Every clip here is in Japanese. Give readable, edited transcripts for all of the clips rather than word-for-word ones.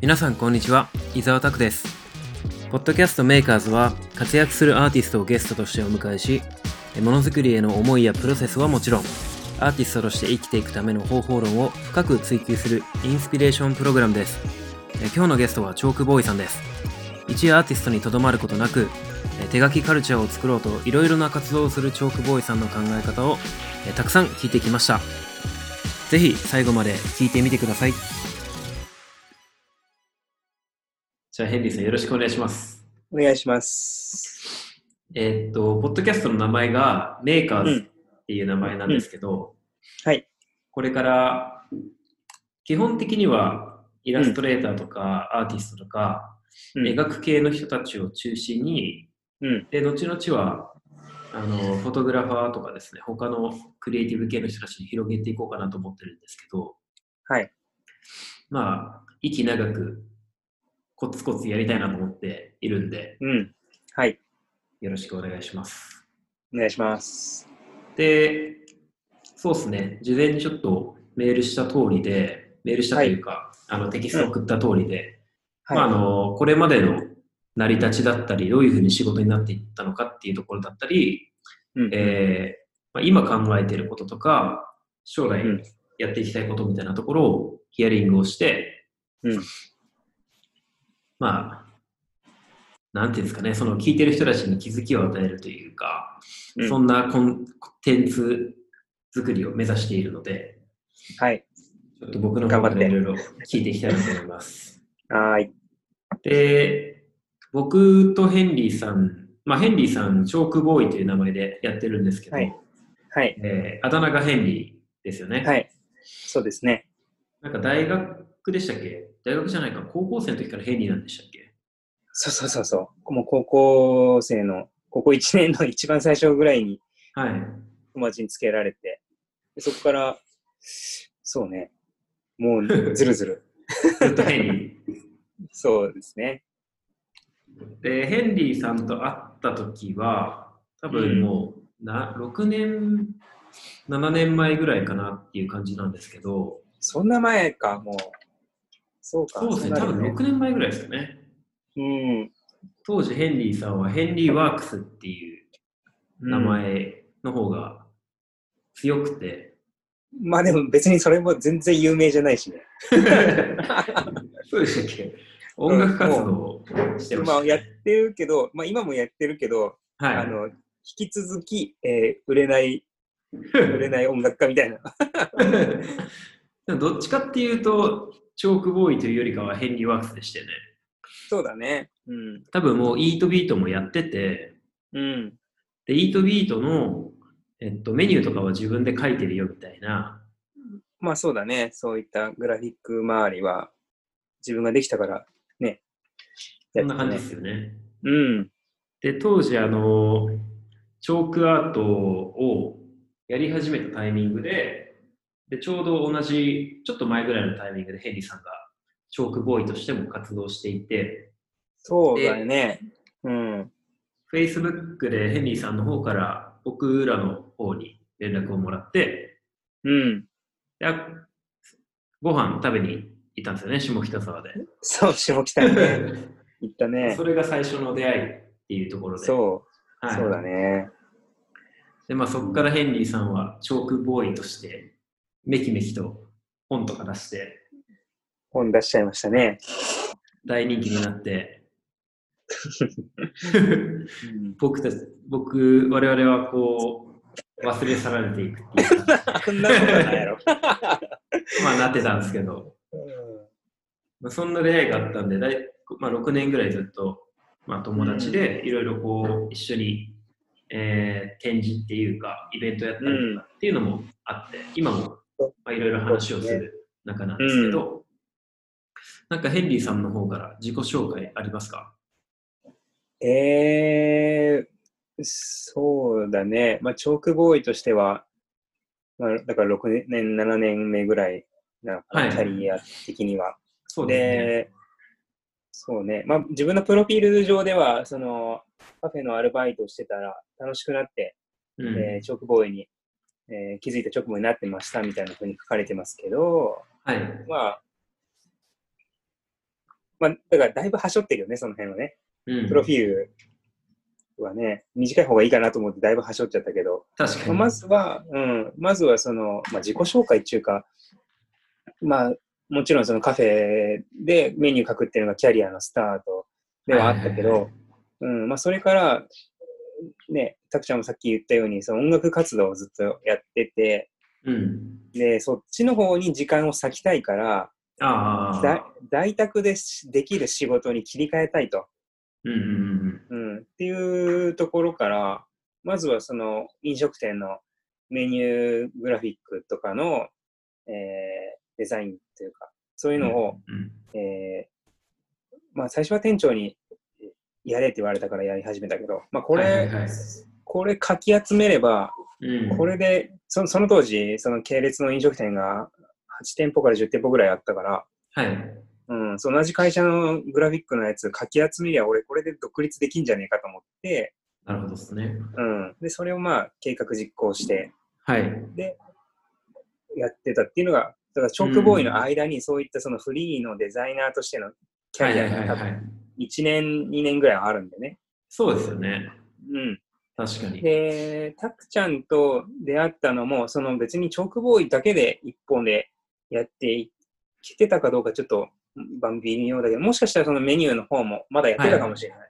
皆さんこんにちは、伊沢拓です。ポッドキャストメーカーズは活躍するアーティストをゲストとしてお迎えし、ものづくりへの思いやプロセスはもちろん、アーティストとして生きていくための方法論を深く追求するインスピレーションプログラムです。今日のゲストはチョークボーイさんです。一アーティストにとどまることなく、手書きカルチャーを作ろうといろいろな活動をするチョークボーイさんの考え方をたくさん聞いてきました。ぜひ最後まで聞いてみてください。じゃあヘンリーさんよろしくお願いします。 お願いします。 ポッドキャストの名前がメーカーズっていう名前なんですけど、 はい。 これから基本的にはイラストレーターとかアーティストとか、描く系の人たちを中心に、で後々はフォトグラファーとかですね、他のクリエイティブ系の人たちに広げていこうかなと思ってるんですけど、 はい。 まあ息長くコツコツやりたいなと思っているんで、 はい。 よろしくお願いします。 お願いします。 で、そうですね、事前にちょっとメールしたというか、テキストを送った通りで、これまでの成り立ちだったり、どういうふうに仕事になっていったのかっていうところだったり、今考えていることとか、将来やっていきたいことみたいなところをヒアリングをして、まあ、なんていうんですかね、その聞いてる人たちに気づきを与えるというか、そんなコンテンツ作りを目指しているので、 はい。 ちょっと僕の方からいろいろ聞いていきたいなと思います。 はい。 で、僕とヘンリーさん、ヘンリーさん、チョークボーイという名前でやってるんですけど、 はい。 あだ名がヘンリーですよね。 はい。そうですね。 なんか大学でしたっけ？大学じゃないか、高校生の時からヘンリーなんでしたっけ？ そう。もう高校1年の一番最初ぐらいに、友達につけられて、そこから、そうね、もうずるずる。 ずっとヘンリー。 そうですね。 で、ヘンリーさんと会った時は、多分もう6年、7年前ぐらいかなっていう感じなんですけど。 そんな前か、もう。そうか。 そうですね、多分6年前ぐらいですよね。当時ヘンリーさんはヘンリーワークスっていう名前の方が強くて。 まあでも別にそれも全然有名じゃないしね。 そうでしたっけ？音楽活動をしてましたね。 やってるけど、今もやってるけど、引き続き、売れない音楽家みたいな。 どっちかっていうと、チョークボーイというよりかはヘンリーワークスでしたよね。 そうだね。 多分もうイートビートもやってて、で、イートビートの、メニューとかは自分で書いてるよみたいな。 まあそうだね。そういったグラフィック周りは自分ができたからね。 そんな感じですよね。 うん。 で、当時チョークアートをやり始めたタイミングで、ちょうど同じ、ちょっと前ぐらいのタイミングでヘンリーさんがチョークボーイとしても活動していて、 そうだよね。 Facebook でヘンリーさんの方から僕らの方に連絡をもらって、でご飯食べに行ったんですよね、下北沢で。 そう、下北ね。行ったね。 それが最初の出会いっていうところで。 そうだね。 で、そこからヘンリーさんはチョークボーイとしてめきめきと本とか出して、 本出しちゃいましたね。 大人気になって、我々はこう忘れ去られていくっていう。 そんなことないやろ。 なってたんですけど、そんな出会いがあったんで、6年ぐらいずっと、友達でいろいろこう一緒に、展示っていうかイベントやったりとかっていうのもあって、今もいろいろ話をする中なんですけど、なんかヘンリーさんの方から自己紹介ありますか？ そうだね。チョークボーイとしては、だから6年、7年目ぐらいなのかな、キャリア的には。 そうですね。 そうね。自分のプロフィール上では、その、カフェのアルバイトをしてたら楽しくなって、チョークボーイに、気づいた直後になってましたみたいな風に書かれてますけど、 まあ、だからだいぶはしょってるよね、その辺はね。プロフィールはね、短い方がいいかなと思ってだいぶはしょっちゃったけど、 確かに。 まずはその、自己紹介っていうか、もちろんそのカフェでメニュー書くっていうのがキャリアのスタートではあったけど、それから、ね、たくちゃんもさっき言ったように、その音楽活動をずっとやってて、で、そっちの方に時間を割きたいから、在宅でできる仕事に切り替えたいと。っていうところから、まずはその飲食店のメニューグラフィックとかの、デザインというか、そういうのを、最初は店長にやれって言われたからやり始めたけど、これ書き集めれば、これでその当時、その系列の飲食店が8店舗から10店舗ぐらいあったから、同じ会社のグラフィックのやつ書き集めりゃ、俺これで独立できんじゃねえかと思って、 なるほどですね。 で、それを計画実行して、で、やってたっていうのが、だからチョークボーイの間にそういったそのフリーのデザイナーとしてのキャリアが多分1年、2年ぐらいあるんでね。 そうですよね。確かに。 で、タクちゃんと出会ったのも、その別にチョークボーイだけで一本でやってきてたかどうかちょっと微妙だけど、もしかしたらそのメニューの方もまだやってたかもしれない。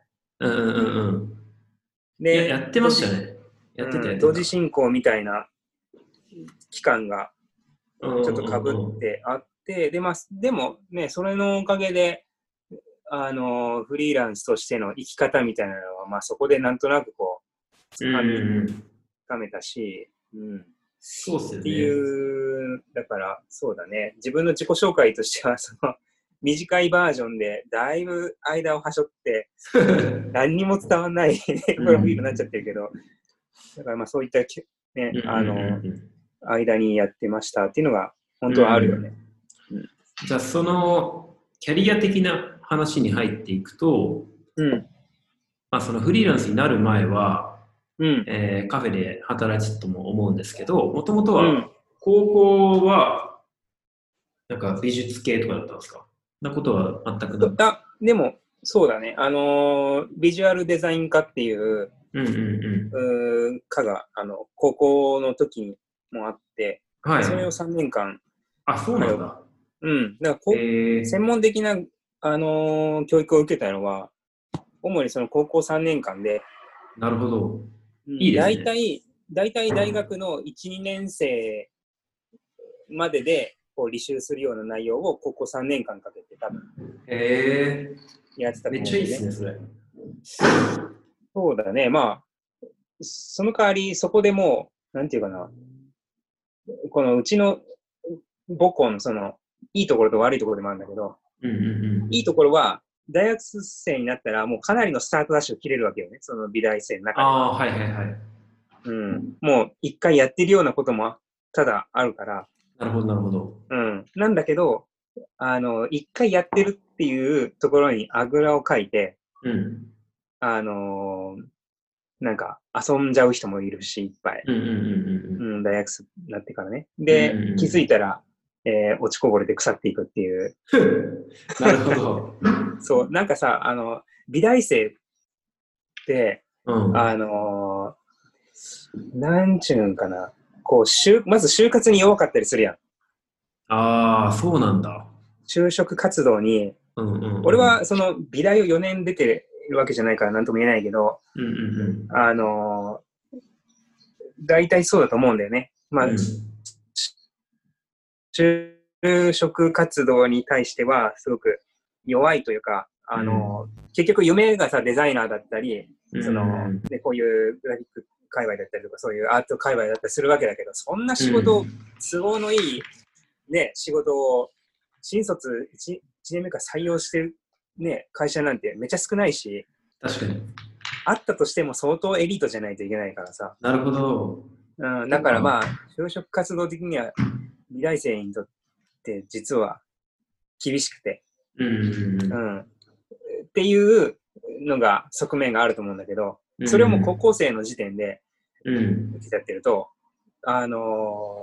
で、やってましたね。やってた。 同時進行みたいな期間がちょっと被ってあって、でもね、それのおかげで、フリーランスとしての生き方みたいなのは、そこでなんとなくこう、つかめたし、 そうっすよね。 っていう、だから、そうだね。自分の自己紹介としては、その、短いバージョンで、だいぶ間をはしょって、何にも伝わんないプロフィールになっちゃってるけど、だからそういったね、間にやってましたっていうのが、本当はあるよね。 じゃあ、その、キャリア的な話に入っていくと、そのフリーランスになる前は、カフェで働いてたとも思うんですけど、もともとは、高校は、なんか美術系とかだったんですか？なことは全くなく。 でも、そうだね。ビジュアルデザイン科っていう科が、高校の時にもあって、それを3年間。 そうなんだ。 だから専門的な、教育を受けたのは、主にその高校3年間で、 なるほど。いいですね。 大体大学の1、2年生まででこう履修するような内容を高校3年間かけて多分やってたと思うんで、 めっちゃいいですね、それ。 そうだね。その代わりそこでもう、なんていうかな、このうちの母校のその、いいところと悪いところでもあるんだけど、いいところは、大学生になったらもうかなりのスタートダッシュを切れるわけよね。その美大生の中で。もう一回やってるようなこともただあるから。 なるほど、なるほど。 なんだけど、一回やってるっていうところにあぐらをかいて、なんか遊んじゃう人もいるし、いっぱい。大学生になってからね。で、気づいたら、落ちこぼれて腐っていくっていう。 なるほど。 そう、なんかさ、美大生って、なんちゅうんかな。こう、まず就活に弱かったりするやん。 そうなんだ。 就職活動に、俺はその美大を4年出てるわけじゃないから何とも言えないけど、大体そうだと思うんだよね。就職活動に対してはすごく弱いというか、結局夢がさ、デザイナーだったり、こういうグラフィック界隈だったりとか、そういうアート界隈だったりするわけだけど、そんな仕事、都合のいい、ね、仕事を、新卒 1年目から採用してる、ね、会社なんてめっちゃ少ないし、 確かに。 あったとしても相当エリートじゃないといけないからさ。 なるほど。 だから就職活動的には、美大生にとって実は厳しくて。っていうのが側面があると思うんだけど、それをもう高校生の時点で受けちゃってると、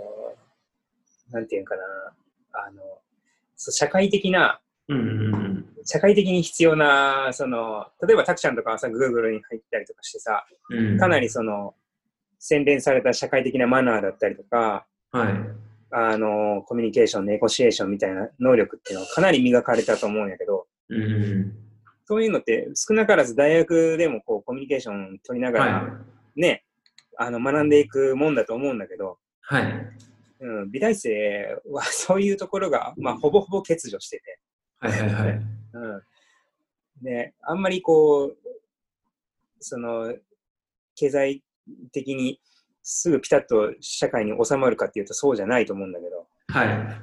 なんていうかな、社会的な社会的に必要な、例えばタクちゃんとかはさ、Google に入ったりとかしてさ、かなり洗練された社会的なマナーだったりとか、 はい。 コミュニケーション、ネゴシエーションみたいな能力っていうのはかなり磨かれたと思うんやけど、そういうのって少なからず大学でもこうコミュニケーション取りながらね、学んでいくもんだと思うんだけど、 はい。 美大生はそういうところが、まあ、ほぼほぼ欠如してて、 はいはいはい。 で、あんまりこう、経済的にすぐピタッと社会に収まるかっていうとそうじゃないと思うんだけど、 はい。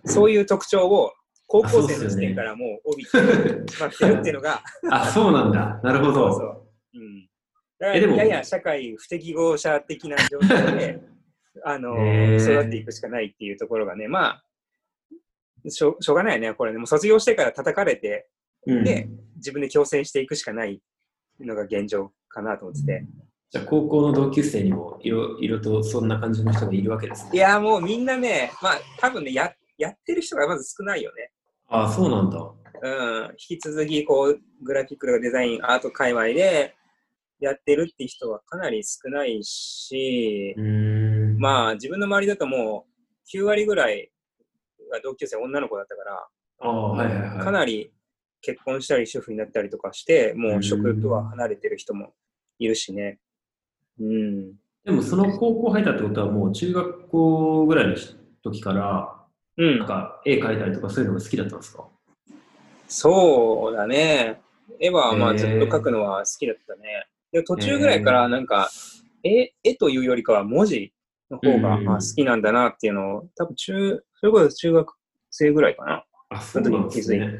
そういう特徴を高校生の時点からもう帯びてしまってるっていうのがそうなんだ。なるほど。 そう。だからやや社会不適合者的な状態で育っていくしかないっていうところがね、まあ、しょうがないよね、これね。もう卒業してから叩かれて、で、自分で強制していくしかないのが現状かなと思ってて。 じゃあ、高校の同級生にもいろいろとそんな感じの人がいるわけですね。 いや、もうみんなね、まあ、多分ね、やってる人がまず少ないよね。 そうなんだ。 引き続き、こう、グラフィックとかデザイン、アート界隈でやってるっていう人はかなり少ないし、まあ、自分の周りだともう9割ぐらいが同級生女の子だったから、かなり結婚したり主婦になったりとかして、もう職とは離れてる人もいるしね。 でもその高校入ったってことはもう中学校ぐらいの時から、なんか絵描いたりとかそういうのが好きだったんですか？ そうだね。絵はまあずっと描くのは好きだったね。で途中ぐらいからなんか、絵というよりかは文字の方が好きなんだなっていうのを、多分それこそ中学生ぐらいかな。 その時に気づい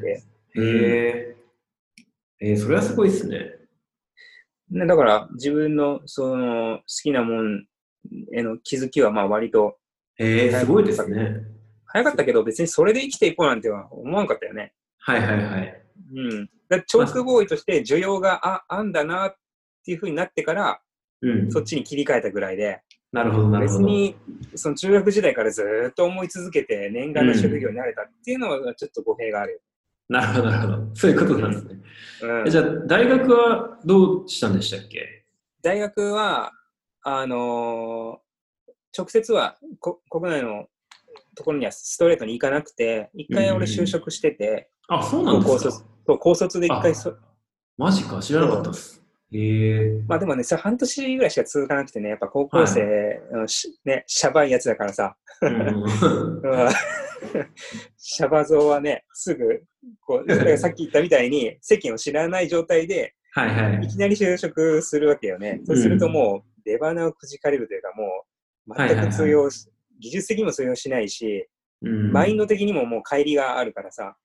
て。それはすごいですね。 だから自分のその好きなもんへの気づきはまあ割とすごいですね。 早かったけど別にそれで生きていこうなんては思わんかったよね。 はいはいはい。 だチョークボーイとして需要があんだなっていう風になってから、そっちに切り替えたぐらいで、 なるほどなるほど。 別にその中学時代からずっと思い続けて念願の職業になれたっていうのはちょっと語弊があるよ。 なるほどなるほど。そういうことなんですね。じゃあ大学はどうしたんでしたっけ？ 大学は直接は国内のところにはストレートに行かなくて、一回俺就職してて、 そうなんですか？ 高卒で一回マジか、知らなかったです。 まあでもね、半年ぐらいしか続かなくてね、やっぱ高校生のね、シャバいやつだからさ、シャバ像はね、すぐ、さっき言ったみたいに世間を知らない状態で、いきなり就職するわけよね。そうするともう出花をくじかれるというか、もう全く通用し、技術的にも通用しないし、マインド的にももう乖離があるからさ、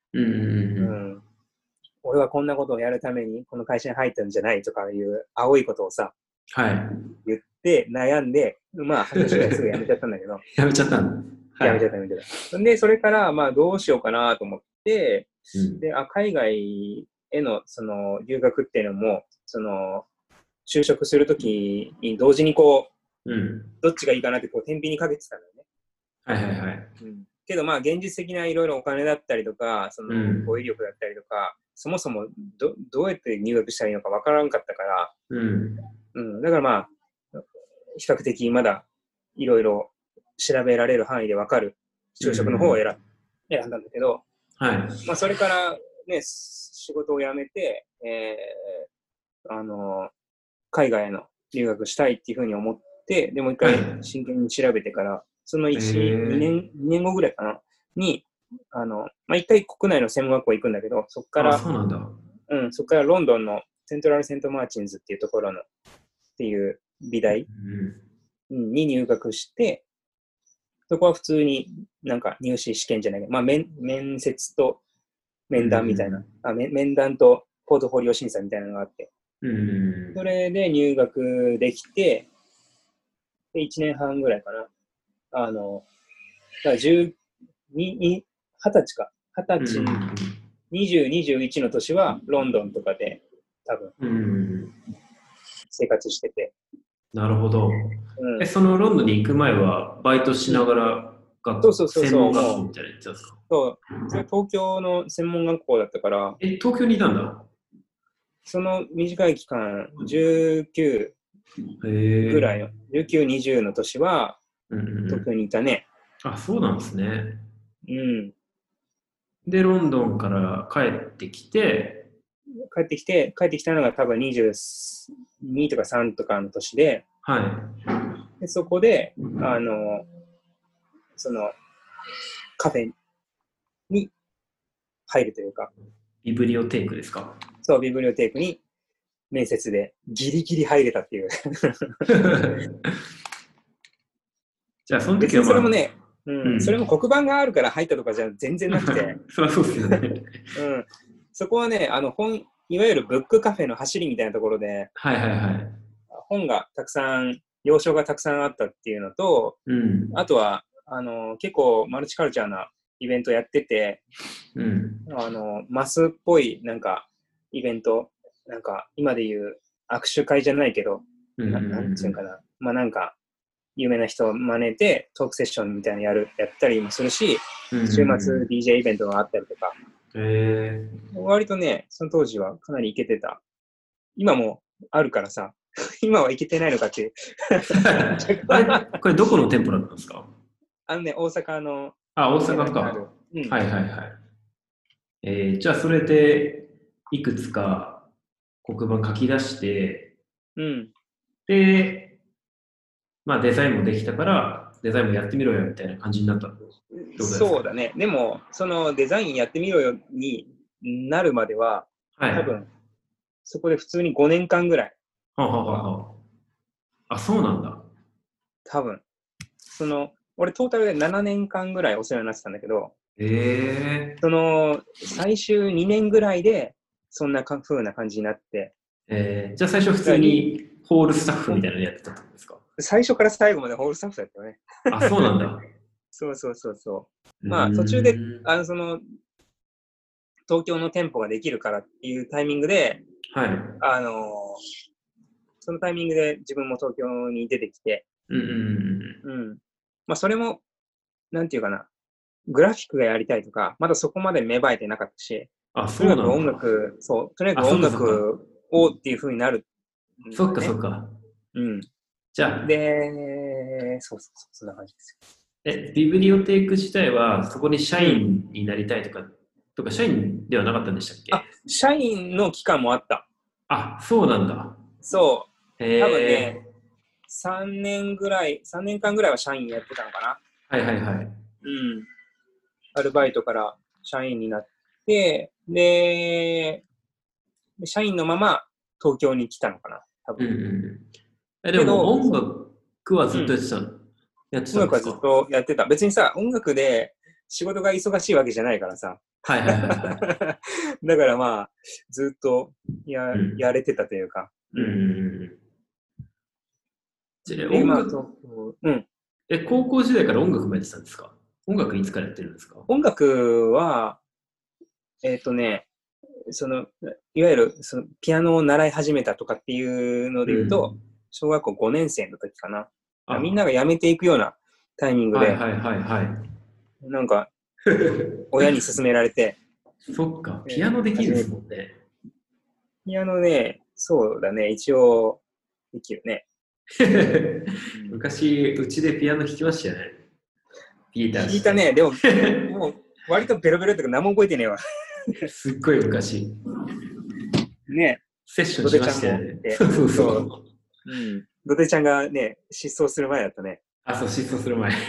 俺はこんなことをやるためにこの会社に入ったんじゃないとかいう青いことをさ、言って悩んで、まあ半年ぐらいすぐ辞めちゃったんだけど。 辞めちゃったんだ。 辞めちゃった。で、それからまあどうしようかなと思って、で、海外へのその留学っていうのも、その就職するときに同時にこう、どっちがいいかなってこう天秤にかけてたんだよね。けどまあ現実的ないろいろお金だったりとか、その語彙力だったりとか、そもそもどうやって入学したらいいのかわからんかったから、だからまあ、比較的まだいろいろ調べられる範囲でわかる就職の方を選んだんだけど、まあそれからね、仕事を辞めて、海外への留学したいっていうふうに思って、でもう一回真剣に調べてから、その2年後ぐらいかな、に、まあ、一回国内の専門学校行くんだけど、そこから、そこからロンドンのセントラル・セント・マーチンズっていうところの、っていう美大に入学して、そこは普通になんか入試試験じゃないけど、まあ面接と面談みたいな、面談とポートフォリオ審査みたいなのがあって、それで入学できて、で1年半ぐらいかな。だから20歳か。20歳、20、21の年はロンドンとかで多分生活してて。 なるほど。そのロンドンに行く前はバイトしながら学そう専門学校みたいなやつですか？ そう。それ東京の専門学校だったから。 東京にいたんだ。 その短い期間、19ぐらいの、19、20の年は、東京にいたね。 あ、そうなんですね。 うん。 で、ロンドンから帰ってきたのが多分22とか3とかの年で、 はい。 でそこで、その、カフェに入るというか。 ビブリオテークですか？ そう、ビブリオテークに面接でギリギリ入れたっていう。 じゃあ、その時はそれもね、それも黒板があるから入ったとかじゃ全然なくて。 そりゃそうですよね。 そこはね、いわゆるブックカフェの走りみたいなところで、本がたくさん、洋書がたくさんあったっていうのと、あとは、結構マルチカルチャーなイベントやってて、マスっぽいなんかイベント、なんか今で言う握手会じゃないけど、なんていうかな、まあなんか有名な人を招いてトークセッションみたいなやったりもするし、週末 DJ イベントがあったりとか、割とね、その当時はかなりイケてた。今もあるからさ、今はイケてないのかっていう。 これどこの店舗だったんですか？ 大阪の。 大阪か。はいはいはい。じゃあそれでいくつか黒板書き出して、で、まあデザインもできたから、デザインもやってみろよみたいな感じになったってことですか？ そうだね。でも、そのデザインやってみろよになるまでは、多分、そこで普通に5年間ぐらい。 あ、そうなんだ。 多分。俺トータルで7年間ぐらいお世話になってたんだけど、最終2年ぐらいで、そんな風な感じになって。 じゃあ最初普通にホールスタッフみたいなのやってたんですか？ 最初から最後までホールスタッフだったよね。 あ、そうなんだ。 そう。まあ途中で、東京の店舗ができるからっていうタイミングで、そのタイミングで自分も東京に出てきて、まあそれも、なんていうかな、グラフィックがやりたいとか、まだそこまで芽生えてなかったし、とにかく音楽をっていう風になる、 ね。そっか。じゃあ。 そんな感じですよ。 ビブリオテーク自体はそこに社員になりたいとか、社員ではなかったんでしたっけ？ 社員の期間もあった。 あ、そうなんだ。 そう。多分ね、3年間ぐらいは社員やってたのかな。アルバイトから社員になって、で、社員のまま東京に来たのかな、多分。 でも音楽はずっとやってたの？ 音楽はずっとやってた。別にさ、音楽で仕事が忙しいわけじゃないからさ。だからまあ、ずっとやれてたというか。 高校時代から音楽もやってたんですか？音楽いつからやってるんですか？ 音楽は、いわゆるピアノを習い始めたとかっていうので言うと、小学校5年生の時かな。みんなが辞めていくようなタイミングで、なんか、親に勧められて。 そっか、ピアノできるんですもんね。 ピアノね、そうだね、一応できるね。 昔、うちでピアノ弾きましたよね。 弾いたね、でも、もう割とベロベロってか何も覚えてねえわ。 すっごい昔。 ね。 セッションしましたよね。 そう。ドテちゃんがね、失踪する前だったね。 そう、失踪する前。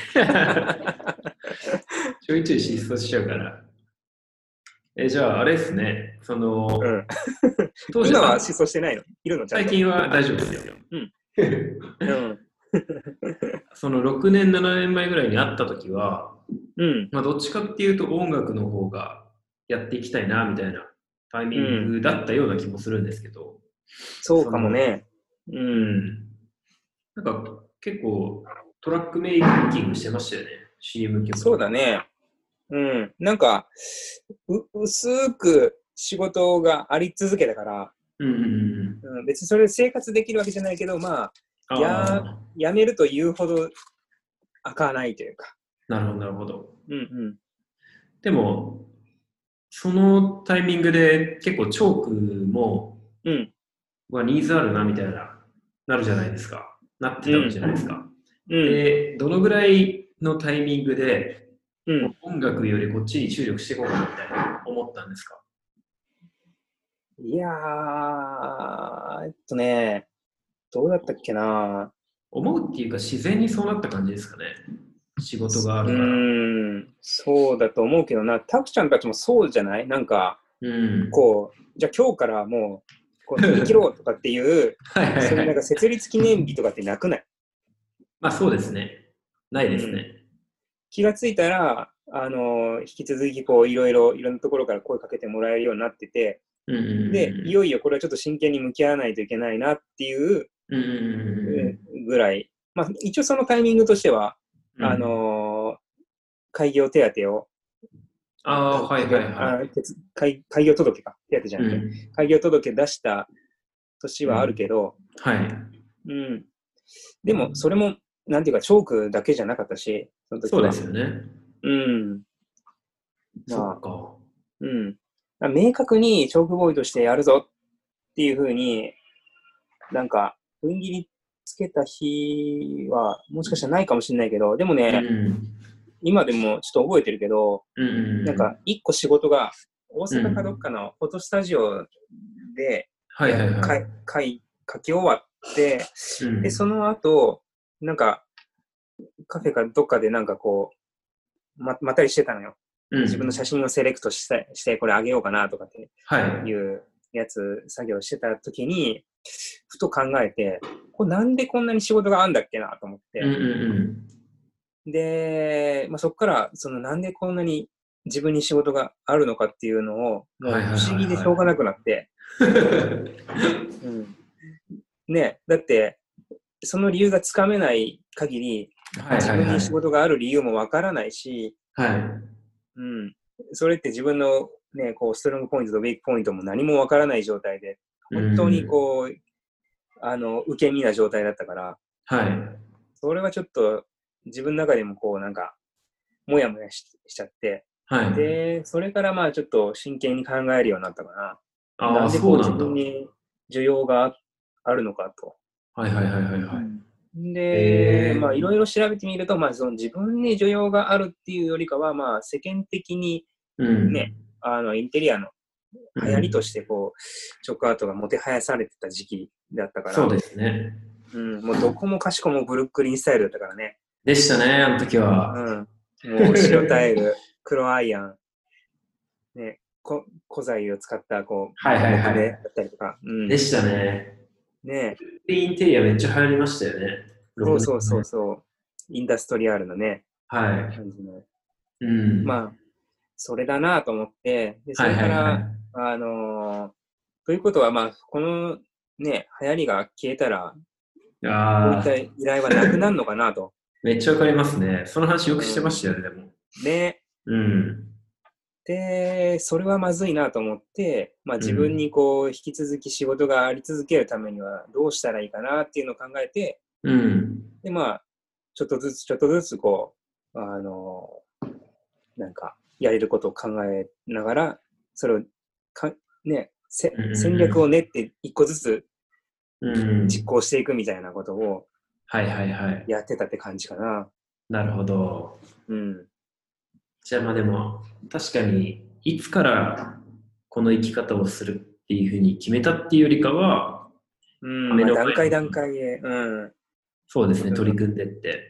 ちょいちょい失踪しちゃうから。じゃあ、あれですね。 今は失踪してないの？いるの？ 最近は大丈夫ですよ。その6年、7年前ぐらいに会った時は、どっちかっていうと音楽の方がやっていきたいな、みたいなタイミングだったような気もするんですけど。 そうかもね。 なんか結構トラックメイキングしてましたよね。CM 曲。 そうだね。なんか、薄く仕事があり続けたから、別にそれで生活できるわけじゃないけど、まあ、やめると言うほど開かないというか。 なるほど、なるほど。 うんうん。 でも、そのタイミングで結構チョークも、 うん。 ニーズあるなみたいなるじゃないですか。なってたわけじゃうん。 ないですか。 うん。 で、どのぐらいのタイミングで、 うん。 音楽よりこっちに注力していこうかなみたいな思ったんですか？ いやー、どうだったっけな。 思うっていうか自然にそうなった感じですかね。仕事があるから。 そうだと思うけどな。タクちゃんたちもそうじゃない？なんか、 うん。 じゃあ今日からもう、踏み切ろうとかっていう、 はいはいそういうなんかはい。 設立記念日とかってなくない？ まあそうですね。ないうん。 ですね。 気がついたら、引き続きいろんなところから声かけてもらえるようになってて、 うんうんで、いよいよこれはちょっと真剣に向き合わないといけないなっていううんうん。うんうんぐらい、まあ、一応そのタイミングとしては、 うんうん。うん。 開業手当を、 ああ、はいはいは開業届か、手当じゃい。 なくて、 うん。 開業届出した年はあるうん。 けど、 はい。 うん。でも、それも、なんていうか、チョークだけじゃなかったし、そのそうで時は。 すよね。 うん。まあ、 そっか。 うん。明確にチョークボーイとしてやるぞっていうふうに、なんか、踏ん切りつけた日は、もしかしたらないかもしれないけど、でもうね、 ん。 今でもちょっと覚えてるけど、 うんうなんか、 ん一個仕事が、大うん。う阪かどっん。 かのフォトスタジオで、 はいはいはい。 書き終わって、で、 うん。 その後、なんか、カフェかどっかでまったりしてたのよ。で、自分の写うん。 真をセレクトしてこれあげようかなとかってはい。 いう作業してた時に、ふと考えて、これなんでこんなに仕事があんだっけなと思っうんうて。 んで、まあ、そこから、なんでこんなに自分に仕事があるのかっていうのを、 うん。はいはいもう不思議でしょうがはなくなって、 いはい。 うん。ね、だって、その理由がつかめない限り、 はい自分に仕はいはい。 事がある理由もわからないし、 はい。 うん。それって自分のね、ストロングポイントとウィークポイントも何もわからない状態で、 う本当にん。 受け身な状態だったから、 はい。 それはちょっと自分の中でももやもやしちゃって、 はい。 で、それからまあちょっと真剣に考えるようになったかな。 ああ、 なんで自そうなんだ。は分に需要があるのかと。 いはいはいはいはい。 うん。で、まあいえろいろ調べてみると、まあその自分に需要があるっていうよりかは、まあ世間的にうん。 ね、インテリアの流行りとうん。 してチョコアートがもてはやされてた時期だったから、 そうですね。 うん、もうどこもかしこもブルックリンスタイルだったからね。 でしたね、あの時は。 うん。もう白タイル、黒アイアン、ね、古材を使ったはいはい木目だはい。 ったりとか、うん。 でしたね。 ね、 インテリアめっちゃ流行りましたよね。6 そうそう年前。 そうそう。インダストリアルなね、 はい。 感じの。 うん。 まあ、それだなと思って、で、そはいれから、 はいはい。 ということは、まあ、このね、流行りが消えたら、こういったああ、 依頼はなくなるのかなと。 めっちゃわかりますね。その話よくしてまうん。 したよね、でも。 ね。 うん。 で、それはまずいなと思って、まあ自分にうん。 引き続き仕事があり続けるためにはどうしたらいいかなっていうのを考えて、 うん。 で、まあ、ちょっとずつやれることを考えながら、それをね、 うん戦略をう練って一個ずつんうん。うん。 実行していくみたいなことをはいはいはい。 やってたって感じかな。 なるほど。 うん。 じゃあまあでも、確かに、いつからこの生き方をするっていうふうに決めたっていうよりかは、 うん、 目まあの前の、 段階で、うん。 そうですね、 それは、 取り組んでって、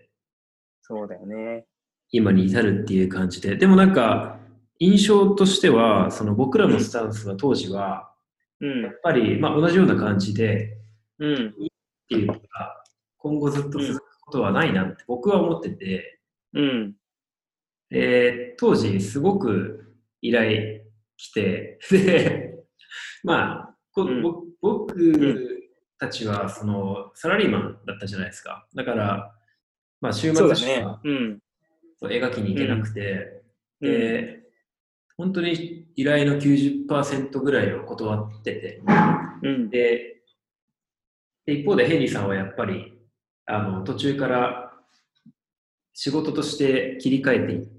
そうだよね。 今に至るっていう感じで。でもなんか、印象としては、その僕らうん、 のスタンスは当時は、 うん、 やっぱり、まあ同じような感じで、 うん、 っていうのが、今後ずっとうん、 続くことはないなって僕は思ってて、 うん、 当時すごく依頼来て、で、まあ、 うん、うん。 僕たちはそのサラリーマンだったじゃないですか。だから、まあ、週そうだね。 末しかうん、 そう描きに行けなくうん、 て、 うん、 で、本当に依頼の90%ぐらいを断ってて、 うん、 で、一方でヘンリーさんはやっぱり、途中から仕事として切り替えていって、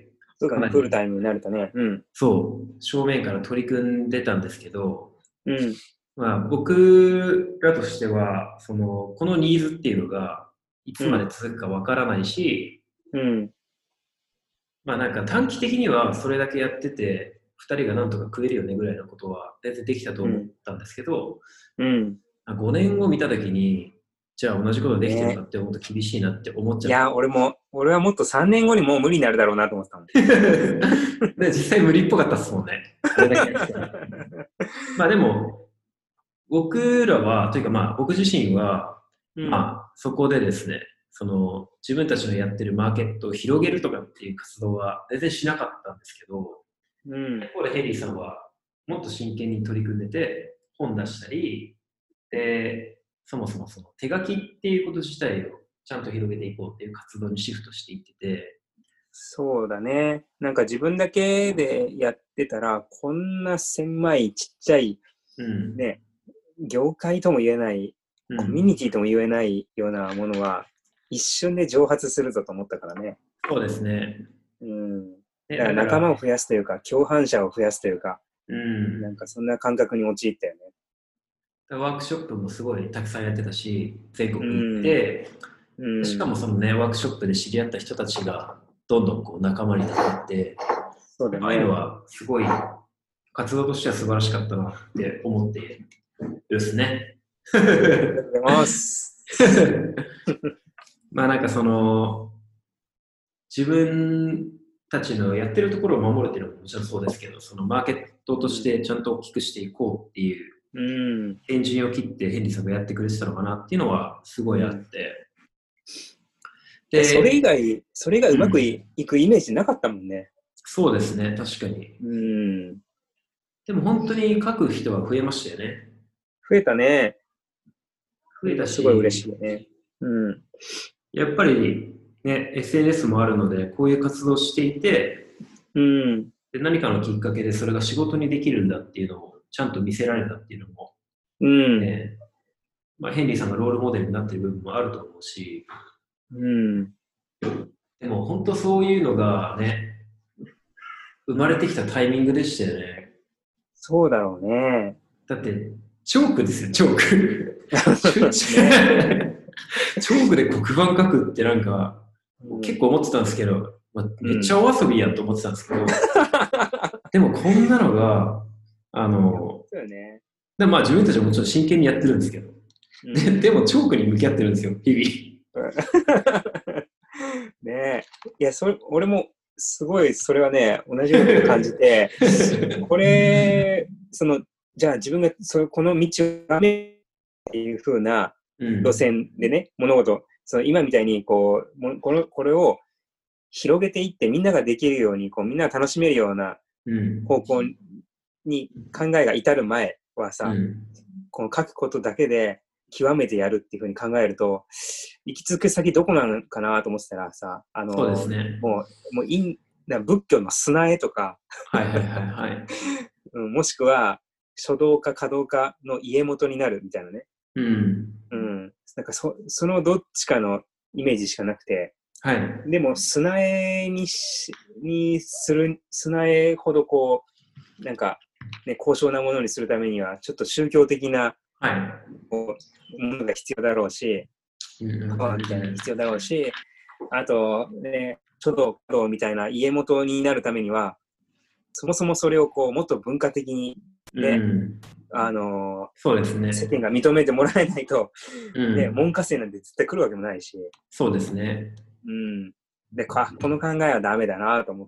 そうだね、フルタイムになるとね。うん。 そう、正面から取り組んでたんですけど、 うん。 まあ、僕らとしては、このニーズっていうのが、いつまで続くかわからないし、 うん。 まあなんか短期的にはそれだけやってて、2人がなんとか食えるよねぐらいのことは全然できたと思ったんですけど、 うん。 5年後見たときに、じゃあ同じことできてるかって思うと厳しいなって思っちゃう。 いや、俺はもっと3年後にもう無理になるだろうなと思ってたもん。 で実際無理っぽかったっすもんね。あれだけやってまあでも、僕らは、というかまあ僕自身は、まあそこでですね、自分たちのやってるマーケットを広げるとかっていう活動は全然しなかったんですけど、一方でヘリーさんはもっと真剣に取り組んでて、本出したり、そもそもその手書きっていうこと自体をちゃんと広げていこうっていう活動にシフトしていってて。 そうだね。なんか自分だけでやってたら、こんな狭いちっちゃい、ね、業界とも言えない、コミュニティとも言えないようなものは、一瞬で蒸発するぞと思ったからね。 そうですね。 だから仲間を増やすというか、共犯者を増やすというか、なんかそんな感覚に陥ったよね。 ワークショップもすごいたくさんやってたし、全国に行って、しかもそのね、ワークショップで知り合った人たちがどんどんこう仲間になって、 そうだね、 ああいうのはすごい活動としては素晴らしかったなって思っているですね。 ありがとうございます。 まあなんか自分たちのやってるところを守るっていうのももちろんそうですけど、そのマーケットとしてちゃんと大きくしていこうっていうエンジンを切ってヘンリーさんがやってくれてたのかなっていうのはすごいあって。 でそれ以外うまくいくイメージなかったもんね。 そうですね、確かに。でも本当に書く人は増えましたよね。 増えたね。 増えたし、 すごい嬉しいよね。 やっぱりね、SNS もあるので、こういう活動をしていて、で何かのきっかけでそれが仕事にできるんだっていうのをちゃんと見せられたっていうのも、まあ、ヘンリーさんがロールモデルになっている部分もあると思うし、でも本当そういうのがね、生まれてきたタイミングでしたよね。 そうだろうね。 だって、チョークですよ、チョーク。チョークで黒板書くってなんか、結構思ってたんですけど、まあ、めっちゃお遊びやと思ってたんですけど、でもこんなのが、 そうよね。 でまあ自分たちはもちろん真剣にやってるんですけど、でもチョークに向き合ってるんですよ、日々。 ねえ。いや、俺もすごいそれはね、同じように感じて、これ、じゃあ自分がこの道を歩めっていう風な路線でね、物事、今みたいにこれを広げていってみんなができるように、みんなが楽しめるような方向に考えが至る前はさ、この書くことだけで極めてやるっていう風に考えると、行き着く先どこなのかなと思ってたらさ、 そうですね。 もう仏教の砂絵とか、もしくは書道家、華道家の家元になるみたいなね。なんかそのどっちかのイメージしかなくて、でも砂絵砂絵ほどなんか、ね、高尚なものにするためには、ちょっと宗教的なものが必要だろうし、パワーみたいなのが必要だろうし、あと、ね、書道みたいな家元になるためには、そもそもそれをもっと文化的にね、 そうですね。 世間が認めてもらえないと、ね、門下生なんて絶対来るわけもないし。 そうですね。 で、この考えはダメだなと思って。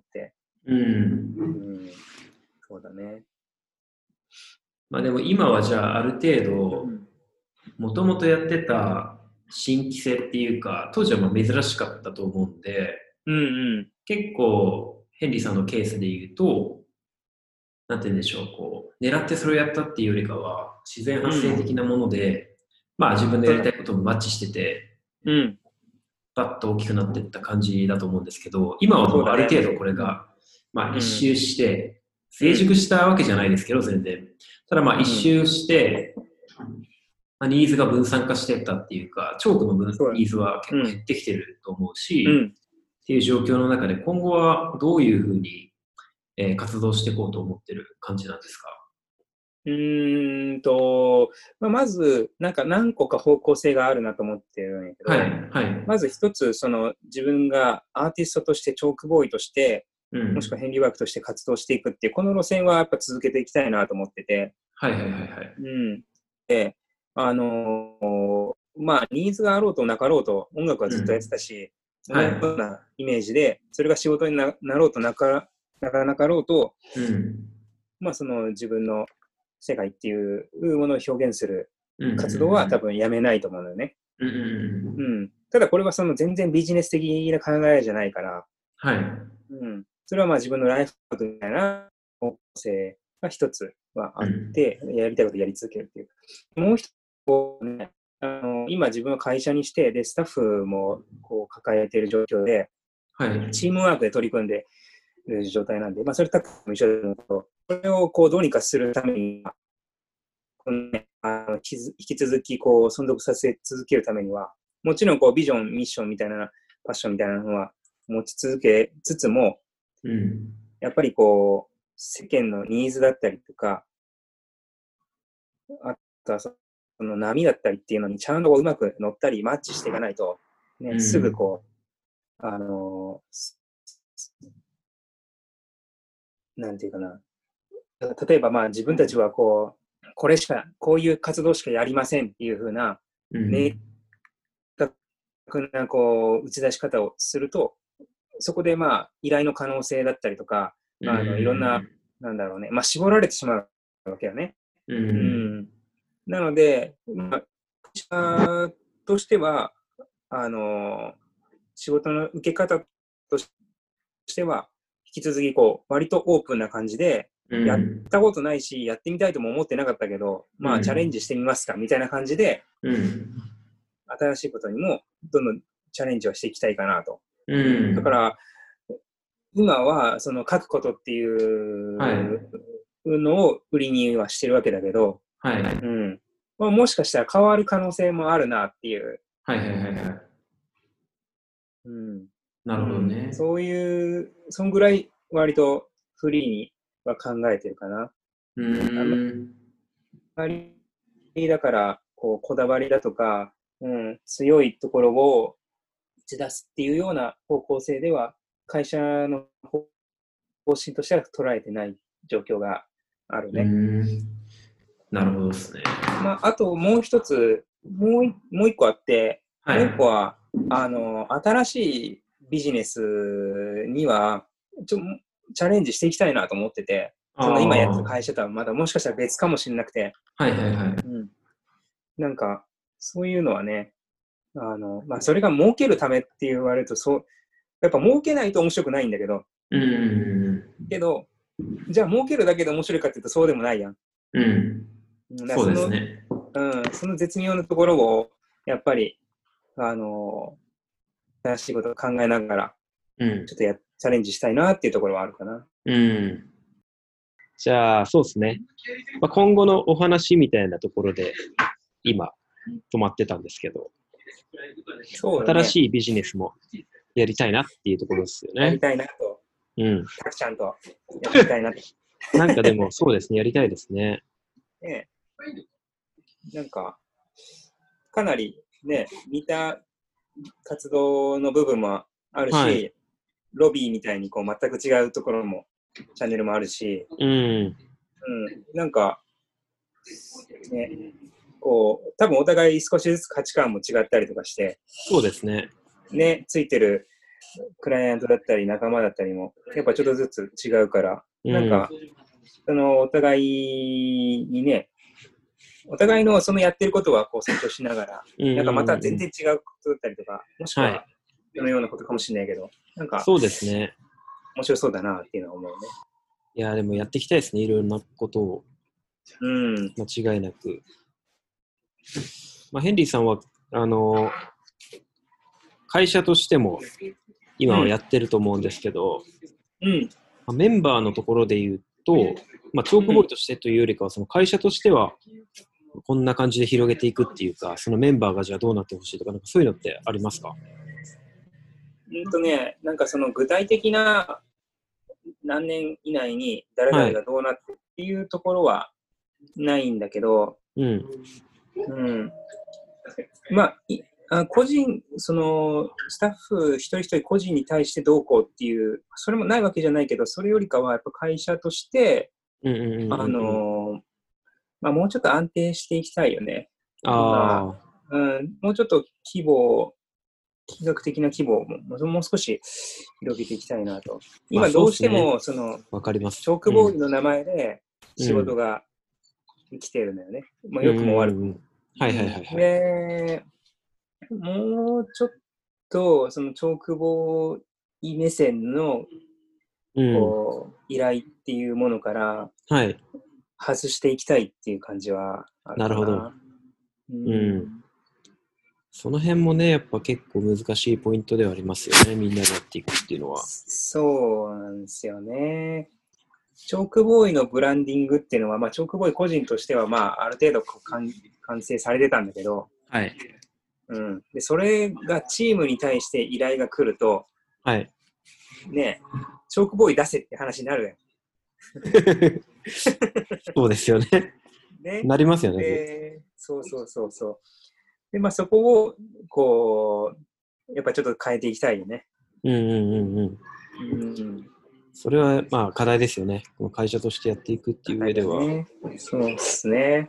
そうだね。 まあでも今はじゃあある程度、もともとやってた新規性っていうか、当時はまあ珍しかったと思うんで、結構ヘンリーさんのケースで言うと、なんて言うんでしょう、狙ってそれをやったっていうよりかは、自然発生的なもので、まあ自分のやりたいこともマッチしてて、バッと大きくなっていった感じだと思うんですけど、今はもうある程度これが、まあ一周して、成熟したわけじゃないですけど、全然。ただまあ一周して、ニーズが分散化していったっていうか、チョークのニーズは結構減ってきてると思うし、 っていう状況の中で、今後はどういうふうに、活動していこうと思ってる感じなんですか？ まず、なんか何個か方向性があるなと思ってるんやけど、まず一つ、自分がアーティストとして、チョークボーイとして、もしくはヘンリーワークとして活動していくっていう、この路線はやっぱ続けていきたいなと思ってて、で、ニーズがあろうとなかろうと、音楽はずっとやってたし、そのようなイメージで、それが仕事に なろうとなかろうと、自分の世界っていうものを表現する活動は多分やめないと思うのよね。ただこれは全然ビジネス的な考えじゃないから、それは自分のライフワークみたいな方向性が一つはあって、やりたいことやり続けるっていう。もう一つ、今自分は会社にして、で、スタッフもこう抱えている状況で、チームワークで取り組んでいる状態なんで、それとも一緒だけど、これをこうどうにかするために、引き続きこう存続させ続けるためには、もちろんこうビジョン、ミッションみたいな、パッションみたいなのは持ち続けつつも、やっぱりこう、世間のニーズだったりとか、あとはその波だったりっていうのにちゃんとうまく乗ったりマッチしていかないと、すぐこう、なんていうかな。例えば自分たちはこういう活動しかやりませんっていう風な、明確なこう打ち出し方をすると、そこで依頼の可能性だったりとか、いろんな、なんだろうね、絞られてしまうわけよね。なので、会社としては、仕事の受け方としては、引き続きこう割とオープンな感じで、やったことないし、やってみたいとも思ってなかったけど、チャレンジしてみますかみたいな感じで、新しいことにもどんどんチャレンジをしていきたいかなと。だから、今はその書くことっていうのを売りにはしてるわけだけど、もしかしたら変わる可能性もあるなっていう。 なるほどね。 そういう、そんぐらい割とフリーには考えてるかな。だから、こだわりだとか、強いところを打ち出すっていうような方向性では、会社の方針としては捉えてない状況があるね。 なるほどですね。 あともう一つ、もう一個あって、もう一個は、新しいビジネスにはチャレンジしていきたいなと思ってて、今やってる会社とはまだもしかしたら別かもしれなくて、なんかそういうのはね、それが儲けるためって言われると、やっぱ儲けないと面白くないんだけど、じゃあ儲けるだけで面白いかっていうとそうでもないやん。 そうですね。 その絶妙なところをやっぱり新しいことを考えながら、ちょっとチャレンジしたいなっていうところはあるかな。 じゃあ、そうですね。今後のお話みたいなところで、今、止まってたんですけど、新しいビジネスもやりたいなっていうところですよね。 やりたいなと。たくちゃんとやりたいなと。 なんかでも、そうですね、やりたいですね。 なんか、かなりね、似た活動の部分もあるし、ロビーみたいにこう全く違うところも、チャンネルもあるし、なんか、ね、こう、多分お互い少しずつ価値観も違ったりとかして、 そうですね。 ついてるクライアントだったり仲間だったりも、やっぱちょっとずつ違うから、なんか、お互いにね、お互いのそのやってることはこう尊重しながら、なんかまた全然違うことだったりとか、もしくはそのようなことかもしれないけど、なんか、 そうですね。 面白そうだなっていうのは思うね。 いや、でもやっていきたいですね、いろいろなことを。間違いなく。ヘンリーさんは、会社としても今はやってると思うんですけど、メンバーのところで言うと、チョークボーイとしてというよりかは、その会社としてはこんな感じで広げていくっていうか、そのメンバーがじゃあどうなってほしいとか、なんかそういうのってありますか？ なんかその具体的な何年以内に誰々がどうなってっていうところはないんだけど、まあ、個人、そのスタッフ一人一人個人に対してどうこうっていう、それもないわけじゃないけど、それよりかはやっぱ会社として、まあ、もうちょっと安定していきたいよね。もうちょっと金額的な規模をもう少し広げていきたいなと。今どうしても、その、チョークボーイの名前で仕事が来てるんだよね。まあ、良くも悪くも。で、もうちょっと、そのチョークボーイ目線の、こう、依頼っていうものから、外していきたいっていう感じはあるかな。 なるほど。その辺もね、やっぱ結構難しいポイントではありますよね。みんなでやっていくっていうのは。 そうなんですよね。チョークボーイのブランディングっていうのは、まあ、チョークボーイ個人としては、まあ、ある程度完成されてたんだけど、で、それがチームに対して依頼が来ると、ね、チョークボーイ出せって話になるよ。 そうですよね。なりますよね。そう。で、まあ、そこを、こう、やっぱちょっと変えていきたいよね。 それは、まあ、課題ですよね。この会社としてやっていくっていう上では。 そうですね。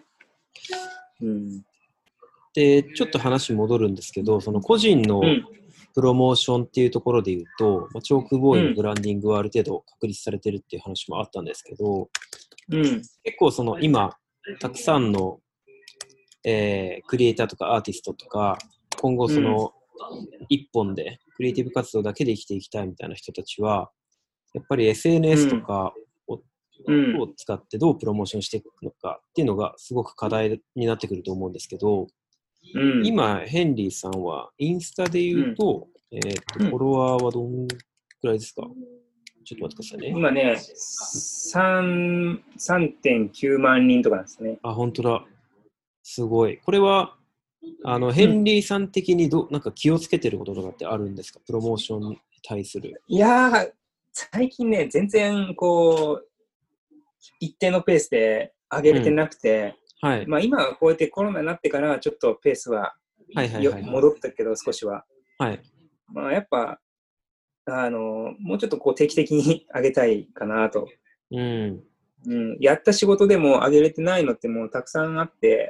で、ちょっと話戻るんですけど、その個人のプロモーションっていうところで言うと、チョークボーイのブランディングはある程度確立されてるっていう話もあったんですけど、結構その今、たくさんの、クリエイターとかアーティストとか、今後その一本でクリエイティブ活動だけで生きていきたいみたいな人たちは、やっぱり SNS とかを使ってどうプロモーションしていくのかっていうのがすごく課題になってくると思うんですけど、今、ヘンリーさんはインスタで言うと、フォロワーはどんくらいですか？ちょっと待ってくださいね。 今ね、3.9 万人とかなんですね。 あ、本当だ。すごい。これは、ヘンリーさん的になんか気をつけてることとかってあるんですか？プロモーションに対する。 いやー、最近ね、全然こう、一定のペースで上げれてなくて、まあ今はこうやってコロナになってからちょっとペースは戻ったけど少しは。まあやっぱ、もうちょっとこう定期的に上げたいかなと。やった仕事でも上げれてないのってもうたくさんあって。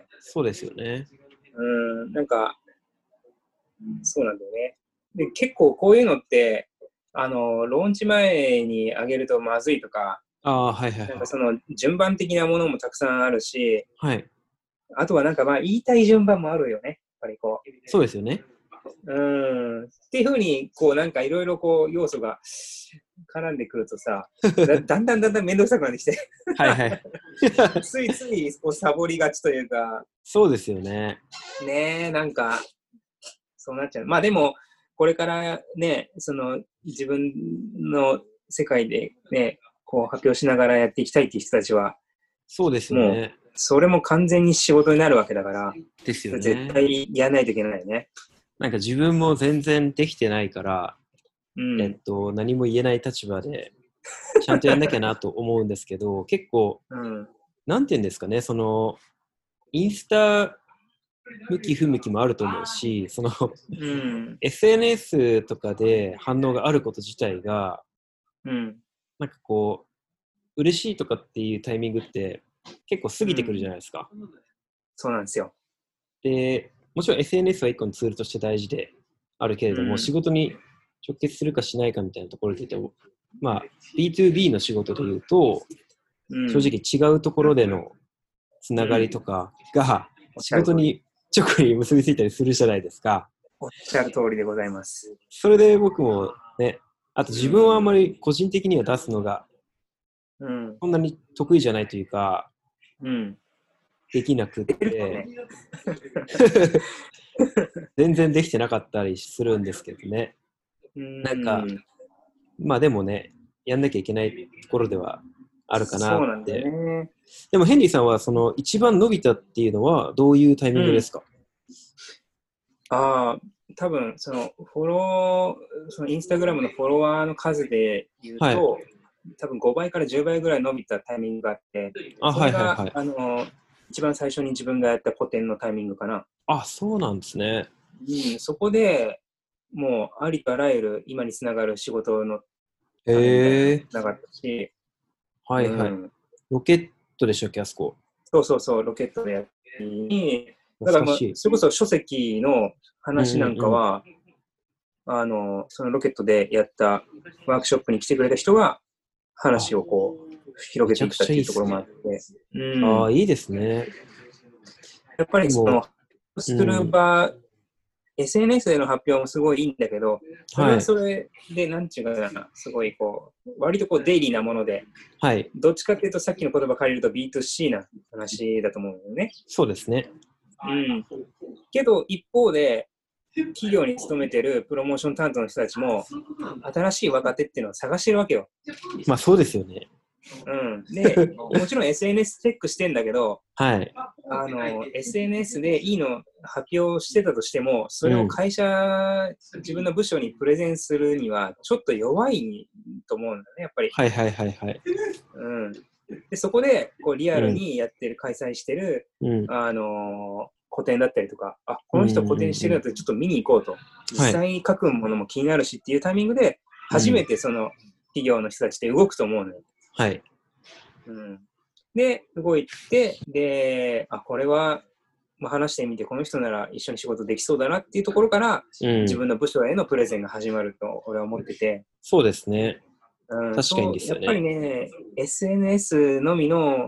そうですよね。 なんか、そうなんだよね。で、結構こういうのって、ローンチ前に上げるとまずいとか、なんかその順番的なものもたくさんあるし、あとはなんかまあ言いたい順番もあるよね。やっぱりこう。 そうですよね。 っていうふうに、こうなんかいろいろこう要素が絡んでくるとさ、だんだんめんどくさくなってきて。ついついこうサボりがちというか。 そうですよね。 ねえ、なんか、そうなっちゃう。まあでも、これからね、その自分の世界でね、こう発表しながらやっていきたいっていう人たちは、 そうですよね。もうそれも完全に仕事になるわけだから、 ですよね。 絶対やらないといけないよね。 なんか自分も全然できてないから、何も言えない立場で、ちゃんとやんなきゃなと思うんですけど、結構、なんていうんですかね、その、インスタ向き不向きもあると思うし、その、SNS とかで反応があること自体が、なんかこう、嬉しいとかっていうタイミングって結構過ぎてくるじゃないですか。 そうなんですよ。 で、もちろん SNS は一個のツールとして大事であるけれども、仕事に直結するかしないかみたいなところで言っても、まあ、B2B の仕事で言うと、正直違うところでのつながりとかが仕事に直に結びついたりするじゃないですか。 おっしゃる通りでございます。 それで僕もね、あと自分はあんまり個人的には出すのが、そんなに得意じゃないというか、できなくって、全然できてなかったりするんですけどね。なんか、まあでもね、やんなきゃいけないところではあるかなって。そうなんだよね。でもヘンリーさんはその一番伸びたっていうのはどういうタイミングですか？ 多分そのそのインスタグラムのフォロワーの数で言うと、はい、多分5倍から10倍ぐらい伸びたタイミングがあって、それが、はいはいはい、一番最初に自分がやった個展のタイミングかな。 あ、そうなんですね。 そこでもうありとあらゆる今につながる仕事のつながったし、 はいはい、ロケットでしたっけ、あそこ。 そうロケットでやってに、だから、それこそ書籍の話なんかは、そのロケットでやったワークショップに来てくれた人が話をこう広げていったっていうところもあって、 いいですね。 やっぱりそのする場、SNS での発表もすごいいいんだけど、それはそれで、なんちゅうかな、すごいこう、割とこうデイリーなもので、はい、どっちかっていうとさっきの言葉借りると B2C な話だと思うんだよね。 そうですね。 けど一方で、企業に勤めてるプロモーション担当の人たちも、新しい若手っていうのを探してるわけよ。 まあそうですよね。 で、もちろん SNS チェックしてんだけど、 はい、 SNS でいいの発表してたとしても、それを会社、自分の部署にプレゼンするにはちょっと弱いと思うんだね、やっぱり。 はいはいはいはい。 でそこでこうリアルにやってる、開催してる、個展だったりとか、この人個展してるんだったらちょっと見に行こうと。実際書くものも気になるしっていうタイミングで、初めてその企業の人たちって動くと思うのよ。 はい。 で、動いて、で、これは、話してみて、この人なら一緒に仕事できそうだなっていうところから、自分の部署へのプレゼンが始まると俺は思ってて。 そうですね。確かにですよね。 やっぱりね、SNS のみの、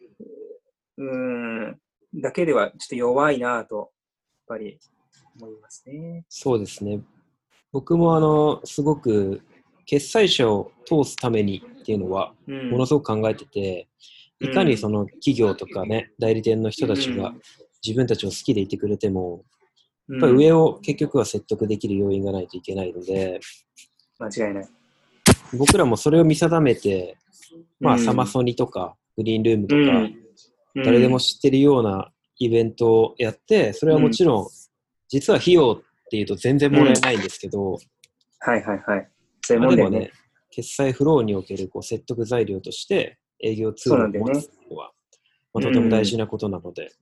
だけではちょっと弱いなと、やっぱり思いますね。 そうですね。僕もすごく決裁者を通すためにっていうのはものすごく考えてて、いかにその企業とかね、代理店の人たちが自分たちを好きでいてくれても、やっぱり上を結局は説得できる要因がないといけないので、 間違いない。 僕らもそれを見定めて、サマソニとかグリーンルームとか、誰でも知ってるようなイベントをやって、それはもちろん、実は費用っていうと全然もらえないんですけど、 はいはいはい。そういうもんだよね。 決済フローにおける説得材料として営業ツールを持つのは、とても大事なことなので、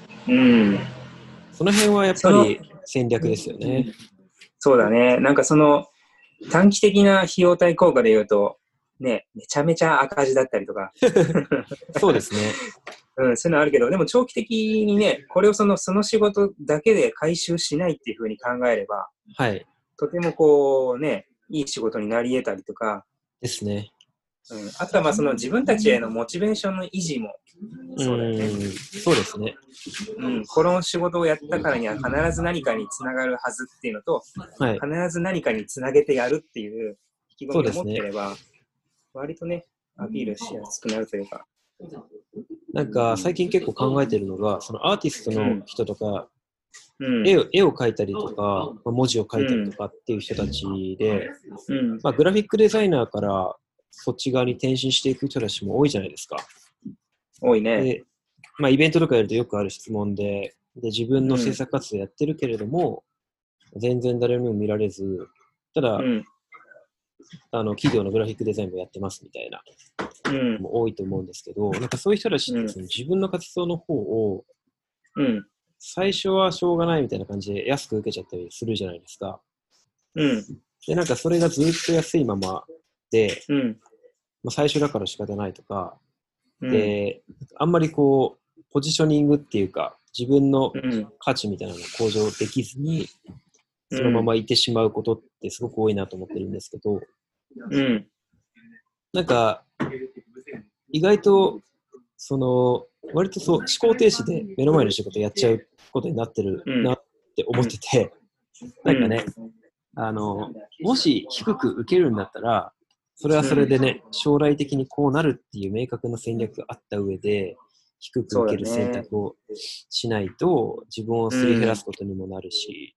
その辺はやっぱり戦略ですよね。 そうだね。なんかその短期的な費用対効果で言うと、ね、めちゃめちゃ赤字だったりとか。 そうですね。 そういうのあるけど、でも長期的にね、これをその仕事だけで回収しないっていうふうに考えれば、 はい。 とてもこうね、いい仕事になり得たりとか。 ですね。 あとはその自分たちへのモチベーションの維持もそうだよね。 そうですね。 この仕事をやったからには必ず何かにつながるはずっていうのと、必ず何かにつなげてやるっていう意気込みを持ってれば、割とね、アピールしやすくなるというか。 なんか最近結構考えてるのが、そのアーティストの人とか、絵を描いたりとか、文字を書いたりとかっていう人たちで、グラフィックデザイナーからそっち側に転身していく人たちも多いじゃないですか。 多いね。 で、イベントとかやるとよくある質問で、自分の制作活動やってるけれども、全然誰にも見られず、ただ、企業のグラフィックデザインもやってますみたいな、も多いと思うんですけど、なんかそういう人たちってその自分の活動の方を、最初はしょうがないみたいな感じで安く受けちゃったりするじゃないですか。で、なんかそれがずっと安いままで、最初だから仕方ないとか、で、あんまりこう、ポジショニングっていうか、自分の価値みたいなのが向上できずに、そのままいてしまうことってすごく多いなと思ってるんですけど、なんか、意外と、割と思考停止で目の前の仕事やっちゃうことになってるなって思ってて、なんかね、もし低く受けるんだったら、それはそれでね、将来的にこうなるっていう明確な戦略があった上で、低く受ける選択をしないと、自分をすり減らすことにもなるし、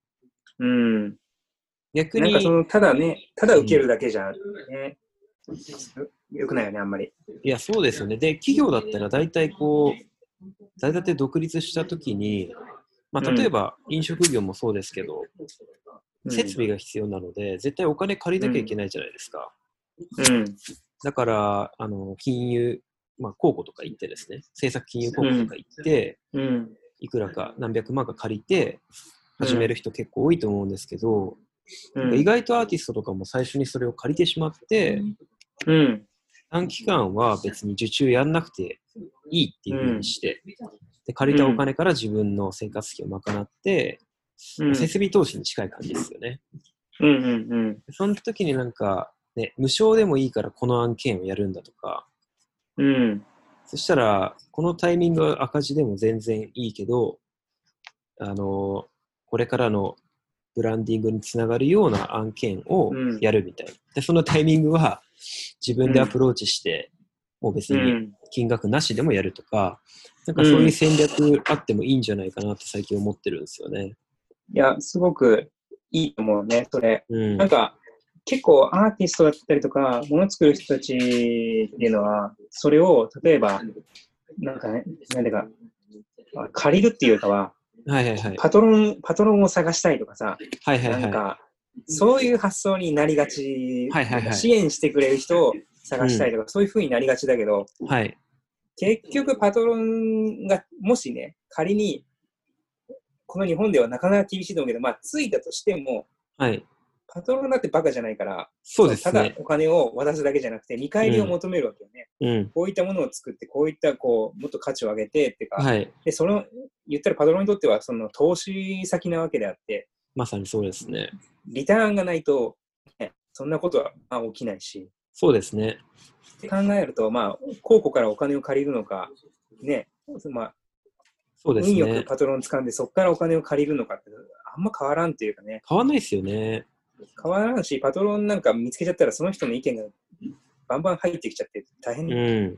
逆に。 なんかただ受けるだけじゃね、よくないよね、あんまり。 いや、そうですよね。で、企業だったら大体独立したときに、例えば飲食業もそうですけど、 設備が必要なので、絶対お金借りなきゃいけないじゃないですか。 うん。 だから、金融、公庫とか行ってですね、政策金融公庫とか行って、いくらか何百万か借りて始める人結構多いと思うんですけど、意外とアーティストとかも最初にそれを借りてしまって、短期間は別に受注やんなくていいっていう風にして、で借りたお金から自分の生活費を賄って、設備投資に近い感じですよね。その時になんか、ね、無償でもいいからこの案件をやるんだとか、そしたら、このタイミングは赤字でも全然いいけど、これからのブランディングにつながるような案件をやるみたいな。で、そのタイミングは自分でアプローチして、もう別に金額なしでもやるとか、なんかそういう戦略あってもいいんじゃないかなって最近思ってるんですよね。 いや、すごくいいと思うね、それ。なんか、結構アーティストだったりとか、もの作る人たちっていうのは、それを、例えば、なんかね、なんでか、借りるっていうかは、パトロンを探したいとかさ、なんか、そういう発想になりがち、支援してくれる人を探したいとか、そういう風になりがちだけど、結局パトロンが、もしね、仮に、この日本ではなかなか厳しいと思うけど、ついたとしても、パトロンだってバカじゃないから、 そうですね、 ただお金を渡すだけじゃなくて、見返りを求めるわけよね。こういったものを作って、こういったもっと価値を上げてってか、で、言ったらパトロンにとっては、その投資先なわけであって、 まさにそうですね。 リターンがないと、ね、そんなことは起きないし。 そうですね。 って考えると、公庫からお金を借りるのか、ね、 そうですね、 運よくパトロン掴んで、そこからお金を借りるのかって、あんま変わらんっていうかね。 変わらないですよね。 変わらんし、パトロンなんか見つけちゃったら、その人の意見がバンバン入ってきちゃって大変だよね。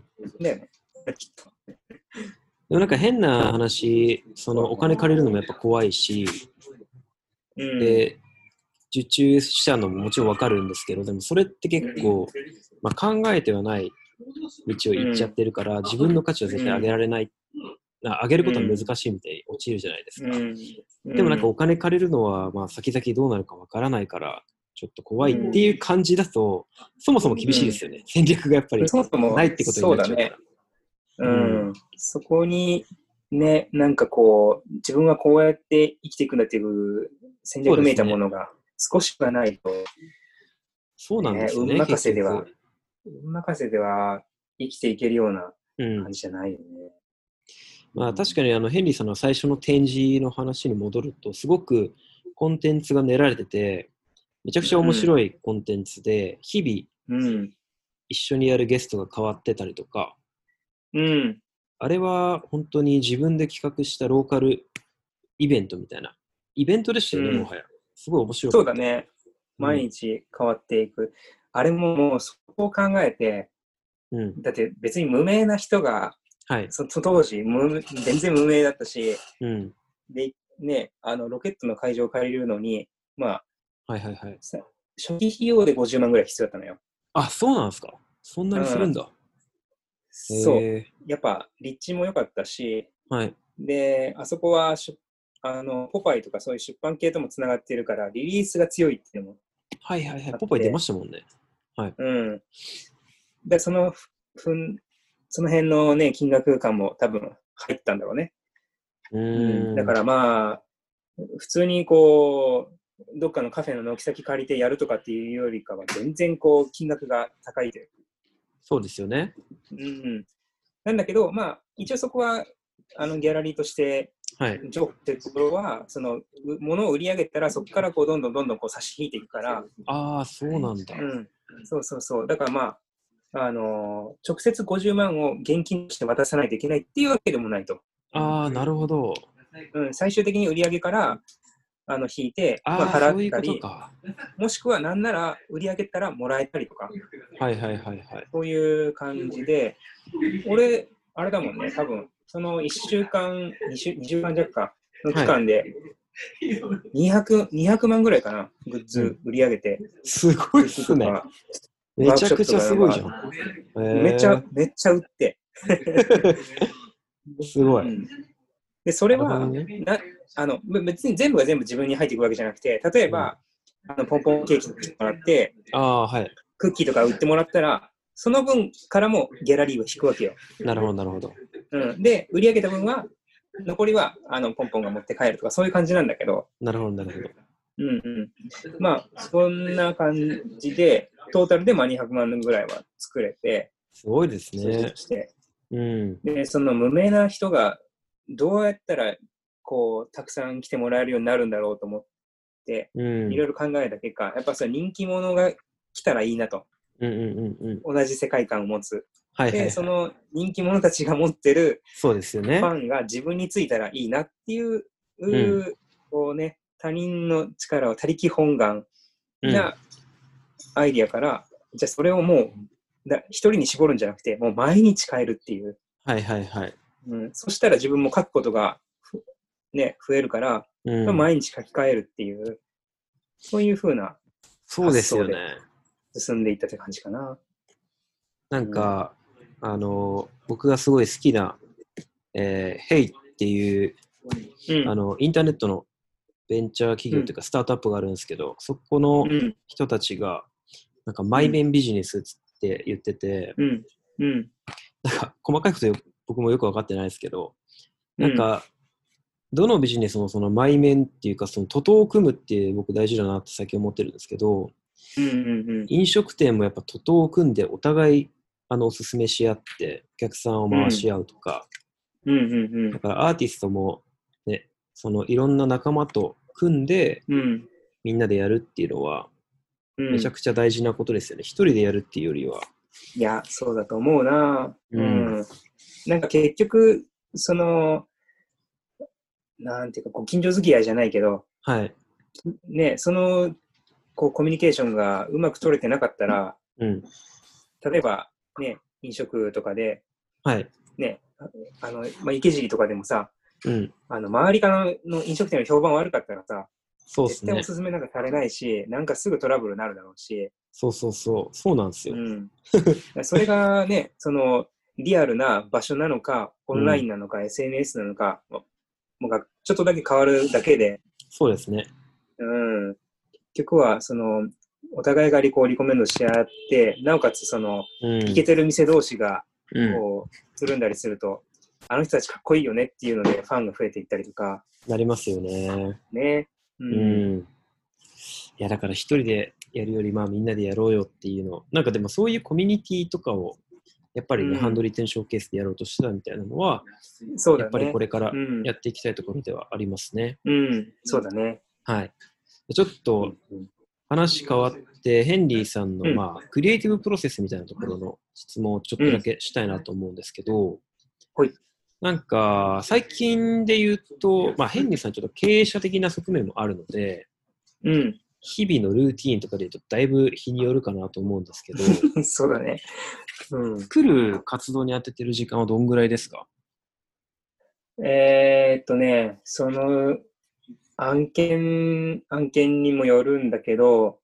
でもなんか変な話、そのお金借りるのもやっぱ怖いし、で、受注しちゃうのももちろんわかるんですけど、でもそれって結構、考えてはない道を行っちゃってるから、自分の価値を絶対上げられない、上げることは難しいみたいに陥るじゃないですか。でもなんかお金借りるのは、先々どうなるかわからないから、ちょっと怖いっていう感じだと、そもそも厳しいですよね。戦略がやっぱりないってことになっちゃうから。 そこにね、なんか自分はこうやって生きていくんだっていう戦略めいたものが少しはないと、 そうなんですよね。 運任せでは生きていけるような感じじゃないよね。 確かにヘンリーさんの最初の展示の話に戻ると、すごくコンテンツが練られてて、めちゃくちゃ面白いコンテンツで、日々、一緒にやるゲストが変わってたりとか、あれは本当に自分で企画したローカルイベントみたいな、イベントでしたよね、もはや。すごい面白かった。 そうだね。毎日変わっていく。あれももうそこを考えて、だって別に無名な人が、その当時全然無名だったし、でね、ロケットの会場を借りるのに、初期費用で50万ぐらい必要だったのよ。あ、 そうなんですか。そんなにするんだ。 そう。やっぱ立地も良かったし、で、あそこはポパイとかそういう出版系ともつながっているから、リリースが強いっていうのも。 ポパイ出ましたもんね。 で、その辺のね、金額感も多分入ったんだろうね。だから普通にどっかのカフェの軒先借りてやるとかっていうよりかは、全然金額が高いという。 そうですよね。 なんだけど、一応そこは、ギャラリーとして、情報ってところは、その、物を売り上げたら、そこからどんどん差し引いていくから。 そうなんだ。 そう。だから直接50万を現金として渡さないといけないっていうわけでもないと。 なるほど。 最終的に売り上げから引いて、払ったり、もしくは何なら売り上げたらもらえたりとか、そういう感じで、俺、あれだもんね、多分その1週間、2週間弱かの期間で、200万ぐらいかな、グッズ売り上げて。 すごいっすね。めちゃくちゃすごいじゃん。 めっちゃ売って。 すごい。 で、それは、別に全部が全部自分に入っていくわけじゃなくて、例えば、 ポンポンケーキとか売ってもらって、 はい。 クッキーとか売ってもらったら、その分からもギャラリーを引くわけよ。 なるほど、なるほど。 で、売り上げた分は、残りはポンポンが持って帰るとか、そういう感じなんだけど。 なるほど、なるほど。 まあ、そんな感じで、トータルで200万ぐらいは作れて。 すごいですね。 で、その無名な人がどうやったら、こう、たくさん来てもらえるようになるんだろうと思って、いろいろ考えた結果、やっぱその人気者が来たらいいなと。同じ世界観を持つ。で、その人気者たちが持ってるそうですよね。 ファンが自分についたらいいなっていう、こうね、他人の力を他力本願なアイディアから、じゃあそれをもう一人に絞るんじゃなくて、もう毎日変えるっていう。そしたら自分も書くことがね、増えるから、毎日書き換えるっていう、そういう風な発想で進んでいったって感じかな。 なんか、僕がすごい好きな、ヘイっていう、インターネットのベンチャー企業というかスタートアップがあるんですけど、そこの人たちが、なんか、マイメンビジネスって言ってて、なんか、細かいこと僕もよく分かってないですけど、なんか、どのビジネスもそのマイメンっていうか、その徒党を組むって僕大事だなって最近思ってるんですけど、飲食店もやっぱ徒党を組んでお互いおすすめし合ってお客さんを回し合うとか、だからアーティストも、ね、そのいろんな仲間と組んで、みんなでやるっていうのはめちゃくちゃ大事なことですよね。一人でやるっていうよりは。 いや、そうだと思うな。なんか結局、その、なんていうか、ご近所付き合いじゃないけど、ね、その、こう、コミュニケーションがうまく取れてなかったら、例えば、ね、飲食とかで、ね、池尻とかでもさ、周りからの飲食店の評判悪かったらさ、絶対おすすめなんかされないし、なんかすぐトラブルになるだろうし。 そうなんですよ。 それがね、その、リアルな場所なのか、オンラインなのか、SNS なのか、もうちょっとだけ変わるだけで。 そうですね。 結局は、その、お互いがリコメンドし合って、なおかつその、イケてる店同士が、こう、つるんだりすると、あの人たちかっこいいよねっていうので、ファンが増えていったりとか。 なりますよね。 ね。 いや、だから一人でやるより、まあみんなでやろうよっていうの。なんかでもそういうコミュニティとかを、やっぱりね、ハンドリテンションケースでやろうとしてたみたいなのは、やっぱりこれからやっていきたいところではありますね。 そうだね。 はい。ちょっと話変わって、ヘンリーさんの、まあ、クリエイティブプロセスみたいなところの質問をちょっとだけしたいなと思うんですけど、なんか、最近で言うと、まあ、ヘンリーさんちょっと経営者的な側面もあるので、日々のルーティーンとかで言うとだいぶ日によるかなと思うんですけど、 そうだね。 作る活動に当ててる時間はどんぐらいですか？ その案件にもよるんだけど、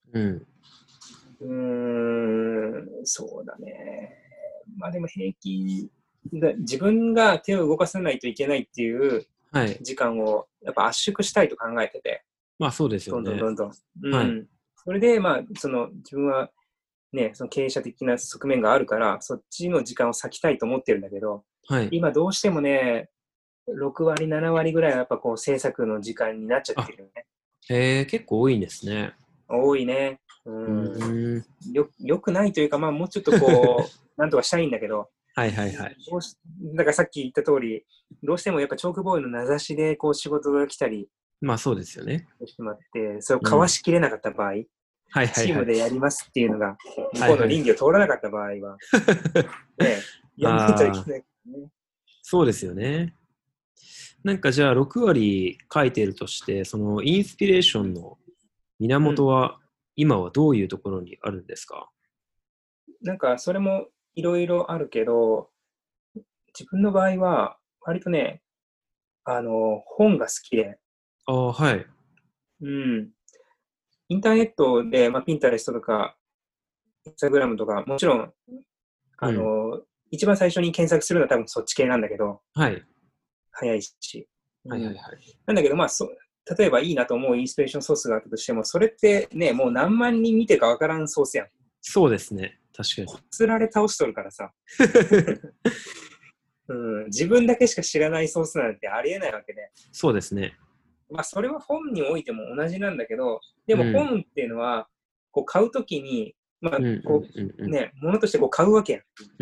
そうだね。まあでも平均自分が手を動かさないといけないっていう時間をやっぱ圧縮したいと考えてて。 まあそうですよね。 どんどん。それでまあその自分はね、その経営者的な側面があるから、そっちの時間を割きたいと思ってるんだけど、今どうしてもね、6割、7割ぐらいはやっぱこう制作の時間になっちゃってるよね。結構多いんですね。 多いね。よくないというか、まあもうちょっとこう、なんとかしたいんだけど、だからさっき言った通り、どうしてもやっぱチョークボーイの名指しでこう仕事が来たり、 まあそうですよね。 してもらって、それをかわしきれなかった場合、チームでやりますっていうのが、向こうの倫理を通らなかった場合は、やらないといけない、ね。 そうですよね。なんかじゃあ6割書いているとして、そのインスピレーションの源は、今はどういうところにあるんですか？ なんかそれもいろいろあるけど、自分の場合は割とね、本が好きで。インターネットで、まあ、ピンタレストとか、インスタグラムとか、もちろん、一番最初に検索するのは多分そっち系なんだけど、早いし。なんだけど、まあ、 例えばいいなと思うインスピレーションソースがあったとしても、それってね、もう何万人見てるかわからんソースやん。 そうですね。確かに。 つられ倒しとるからさ、うん、自分だけしか知らないソースなんてありえないわけで。 そうですね。 まあ、それは本においても同じなんだけど、でも本っていうのは、こう買うときに、まあ、こう、ね、物としてこう買うわけや。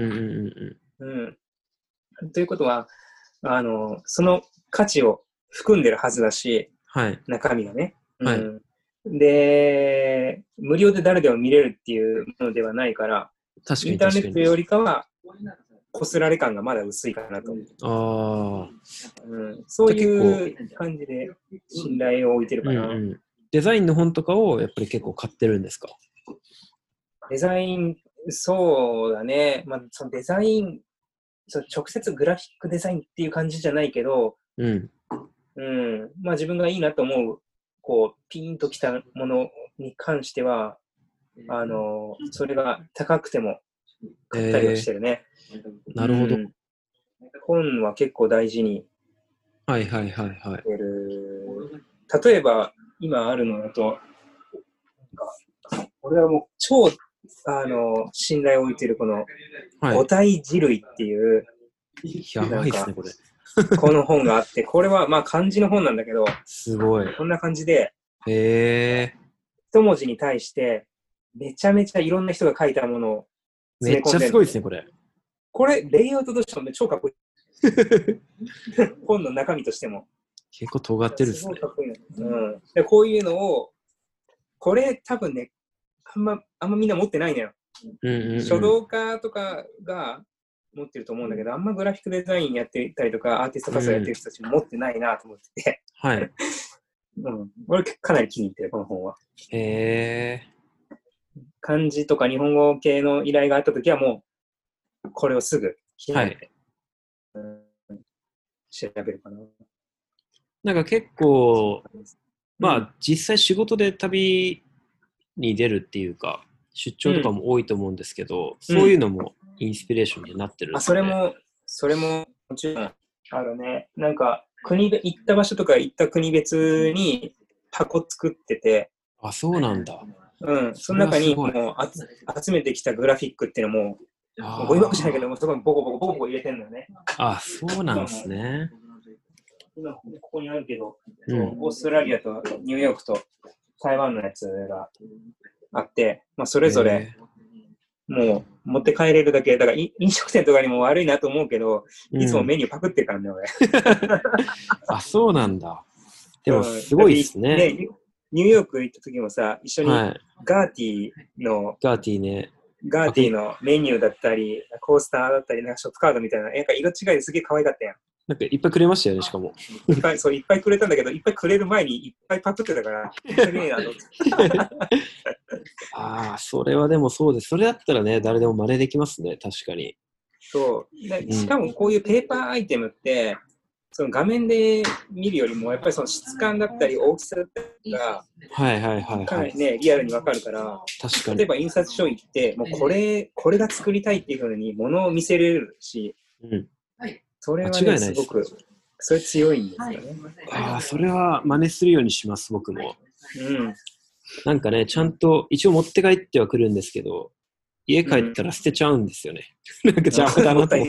ということは、その価値を含んでるはずだし、 はい、 中身がね。 はい、 で、無料で誰でも見れるっていうものではないから、インターネットよりかは、こすられ感がまだ薄いかなと。そういう感じで信頼を置いてるかな。 デザインの本とかをやっぱり結構買ってるんですか？ デザイン、そうだね。まあ、そのデザイン、直接グラフィックデザインっていう感じじゃないけど、まあ自分がいいなと思う、こう、ピンときたものに関しては、それが高くても買ったりはしてるね。 なるほど。 本は結構大事にしてる。例えば、今あるのだと、俺はもう超、信頼を置いてるこの、五体地類っていう、 やばいですね、これ。 この本があって、これはまあ漢字の本なんだけど、 すごい。 こんな感じで、一文字に対して、めちゃめちゃいろんな人が書いたものをめっちゃすごいですね、これ。 これ、レイアウトとしても超かっこいい。本の中身としても。 結構尖ってるですね。 すごいかっこいいね。でこういうのを、これ多分ね、あんまみんな持ってないのよ。書道家とかが持ってると思うんだけど、あんまグラフィックデザインやっていたりとか、アーティスト活動やってる人たちも持ってないなと思ってて。 はい。 俺かなり気に入ってる、この本は。 へ漢字とか日本語系の依頼があったときはもう、これをすぐ開いて、調べるかな。 なんか結構、まあ実際仕事で旅に出るっていうか、出張とかも多いと思うんですけど、そういうのもインスピレーションになってるんですね。 それももちろんあるね。なんか行った場所とか行った国別に箱作ってて、 あ、そうなんだ。 その中にもう集めてきたグラフィックっていうのも、ゴミ箱じゃないけども、そこにボコボコ入れてるんだよね。 あ、そうなんですね。 今ここにあるけど、オーストラリアとニューヨークと台湾のやつがあって、まあ、それぞれもう持って帰れるだけ、だから飲食店とかにも悪いなと思うけど、いつもメニューパクってるからね、俺。 あ、そうなんだ。でもすごいですね。 ニューヨーク行った時もさ、一緒にガーティのメニューだったり、コースターだったり、なんかショットカードみたいな、なんか色違いですげえ可愛かったやん。 なんかいっぱいくれましたよね、しかも。 いっぱいくれたんだけど、いっぱいくれる前にいっぱいパクってたから、すげえなと思って。 ああ、それはでもそうです。それだったらね、誰でも真似できますね、確かに。 そう。しかもこういうペーパーアイテムって、その画面で見るよりも、やっぱりその質感だったり、大きさだったりが、かなりね、リアルにわかるから、 確かに。 例えば印刷所行って、もうこれが作りたいっていうふうに物を見せれるし、それはね、すごく、それ強いんですよね。 ああ、それは真似するようにします、僕も。なんかね、ちゃんと、一応持って帰ってはくるんですけど、家帰ったら捨てちゃうんですよね。なんか邪魔だなと思って。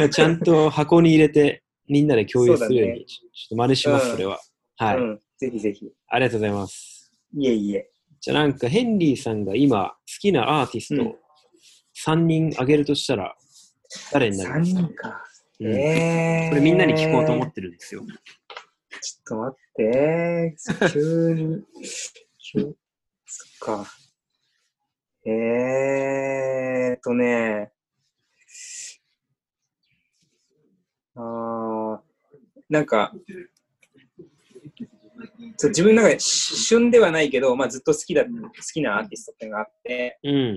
ちゃんと箱に入れて、みんなで共有するように、ちょっと真似します、それは。はい。 ぜひぜひ。 ありがとうございます。 いえいえ。 じゃあなんか、ヘンリーさんが今、好きなアーティスト、3人挙げるとしたら、誰になりますか？ 3人か。 これみんなに聞こうと思ってるんですよ。 ちょっと待って。急に。そっか。なんか、自分の中で旬ではないけど、まあ、ずっと好きなアーティストっていうのがあって、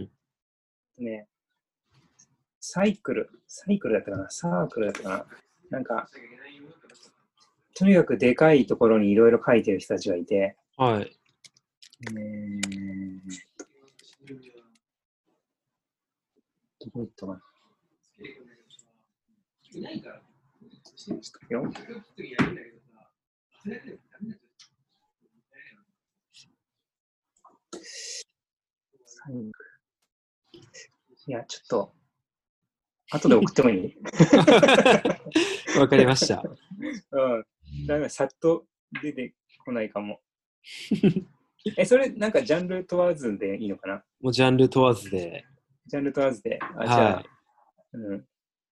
サークルだったかな、なんか、とにかくでかいところにいろいろ書いてる人たちがいて、 はい。 どこ行ったかな。ちょっとよ。 いや、ちょっと、後で送ってもいい？ わかりました。 うん。なんかさっと出てこないかも。それなんかジャンル問わずでいいのかな？ もうジャンル問わずで。 ジャンル問わずで。 はい、 じゃあ、うん。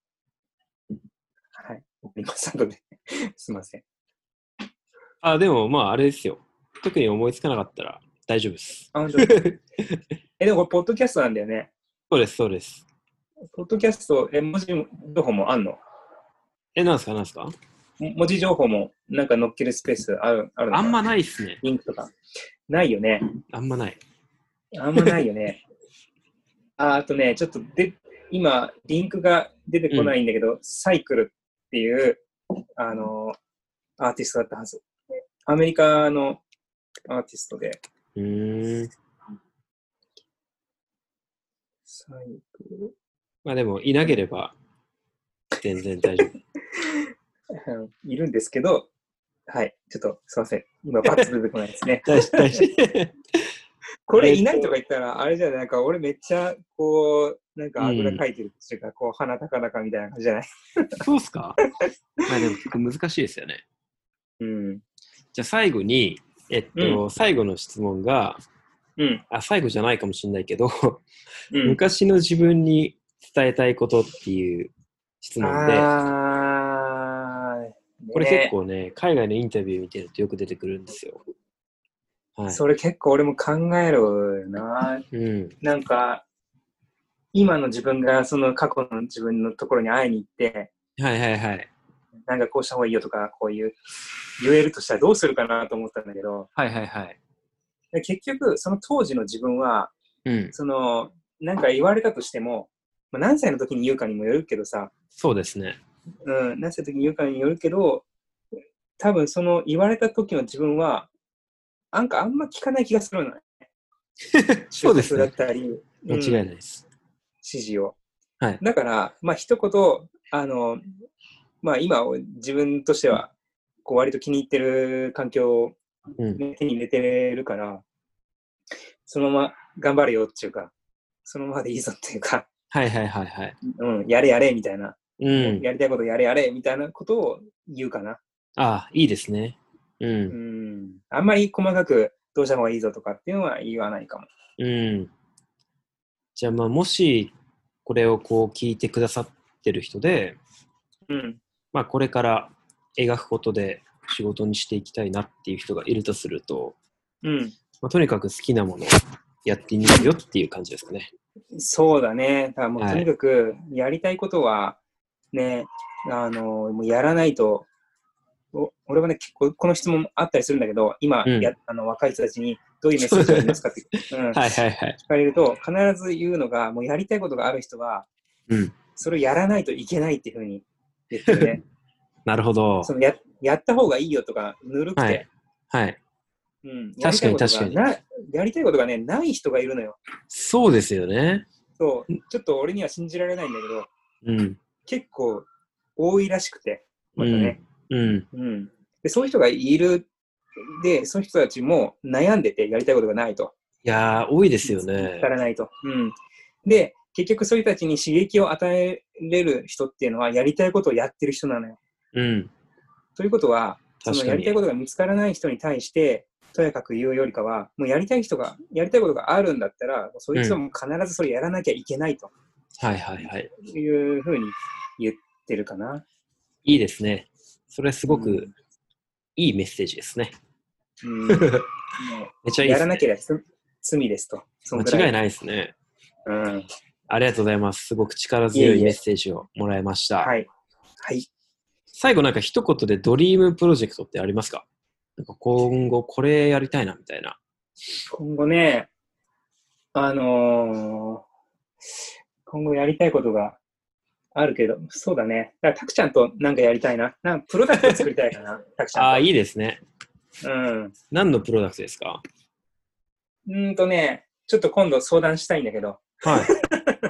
はい。送ります、後で。すいません。 でもまああれですよ。特に思いつかなかったら大丈夫です。 本当でもこれ、ポッドキャストなんだよね。 そうです、そうです。 ポッドキャスト、文字情報もあんの？ なんすか、なんすか？ 文字情報もなんか載っけるスペースあるのかな？ あんまないっすね。 リンクとか。ないよね。 あんまない。 あんまないよね。あとね、ちょっと今、リンクが出てこないんだけど、サイクルっていう、アーティストだったはず。アメリカのアーティストで。サイクル。 まあでも、いなければ、全然大丈夫。 いるんですけど、はい、ちょっとすいません。今、バッと出てこないですね。これいないとか言ったら、あれじゃない、なんか俺めっちゃ、こう、なんかあぐらかいてるっていうか、こう、鼻高々みたいな感じじゃない？ そうっすか？まあでも結構難しいですよね。 うん。 じゃあ最後に、最後の質問が、最後じゃないかもしれないけど、昔の自分に伝えたいことっていう質問で、これ結構ね、海外のインタビュー見てるとよく出てくるんですよ。 はい、それ結構俺も考えるよな。なんか、今の自分がその過去の自分のところに会いに行って、なんかこうした方がいいよとか、こういう言えるとしたらどうするかなと思ったんだけど、結局、その当時の自分は、その、なんか言われたとしても、何歳の時に言うかにもよるけどさ、 そうですね。 何歳の時に言うかによるけど、多分その言われた時の自分は、なんかあんま聞かない気がするのね。 そうですね。 だったり、 間違いないです。 指示を。だから、まあ一言、まあ今自分としては、こう割と気に入ってる環境を、手に入れてるから、そのまま頑張れよっていうか、そのままでいいぞっていうか、やれやれみたいな、やりたいことやれやれみたいなことを言うかな。 いいですね。 あんまり細かくどうした方がいいぞとかっていうのは言わないかも。 じゃあまあもしこれをこう聞いてくださってる人で、まあこれから描くことで仕事にしていきたいなっていう人がいるとすると、まあ、とにかく好きなものをやってみるよっていう感じですかね。 そうだね。だからもうとにかくやりたいことはね、もうやらないと、俺はね、結構この質問あったりするんだけど、今、若い人たちにどういうメッセージがありますかって聞かれると、必ず言うのが、もうやりたいことがある人は、それをやらないといけないっていうふうに言ってるね。 なるほど。 そのやった方がいいよとか、ぬるくて。 確かに確かに。 やりたいことがね、ない人がいるのよ。 そうですよね。 そう。ちょっと俺には信じられないんだけど、結構多いらしくて、またね。でそういう人がいる。で、そういう人たちも悩んでてやりたいことがないと。 いやー、多いですよね。 見つからないと。で、結局そういう人たちに刺激を与えれる人っていうのは、やりたいことをやってる人なのよ。ということは、そのやりたいことが見つからない人に対して、とやかく言うよりかは、もうやりたいことがあるんだったら、そいつはもう必ずそれやらなきゃいけないと。いうふうに言ってるかな。 いいですね。それすごくいいメッセージですね。 めっちゃいいですね。やらなければ罪ですと。 間違いないですね。ありがとうございます。すごく力強いメッセージをもらいました。最後なんか一言でドリームプロジェクトってありますか？なんか今後これやりたいなみたいな。 今後ね、今後やりたいことがあるけど、そうだね。だからタクちゃんとなんかやりたいな。なんかプロダクト作りたいかな。タクちゃんと。 いいですね。何のプロダクトですか？ ちょっと今度相談したいんだけど。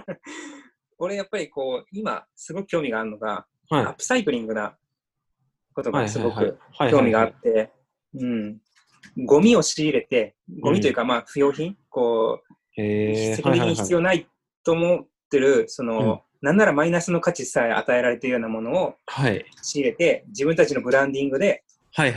俺やっぱりこう、今すごく興味があるのが、アップサイクリングなことがすごく興味があって、ゴミを仕入れて、ゴミというか、まあ、不要品、こう、責任に必要ないと思ってる、なんならマイナスの価値さえ与えられているようなものを仕入れて、自分たちのブランディングで、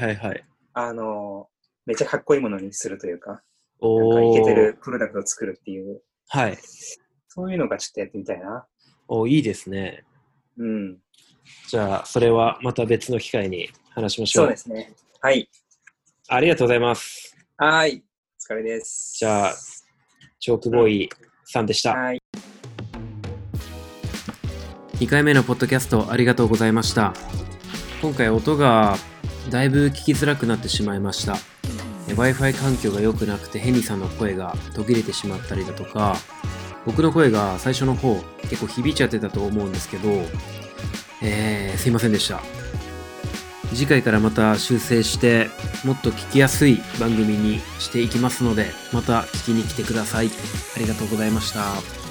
めっちゃかっこいいものにするというか、なんかイケてるプロダクトを作るっていう、そういうのがちょっとやってみたいな。 いいですね。じゃあ、それはまた別の機会に話しましょう。 そうですね。はい。 ありがとうございます。 はい。お疲れです。 じゃあ、チョークボーイさんでした。 はい。 2回目のポッドキャストありがとうございました。今回音がだいぶ聞きづらくなってしまいました。Wi-Fi 環境が良くなくてヘニさんの声が途切れてしまったりだとか、僕の声が最初の方結構響いちゃってたと思うんですけど、すいませんでした。次回からまた修正してもっと聞きやすい番組にしていきますので、また聞きに来てください。ありがとうございました。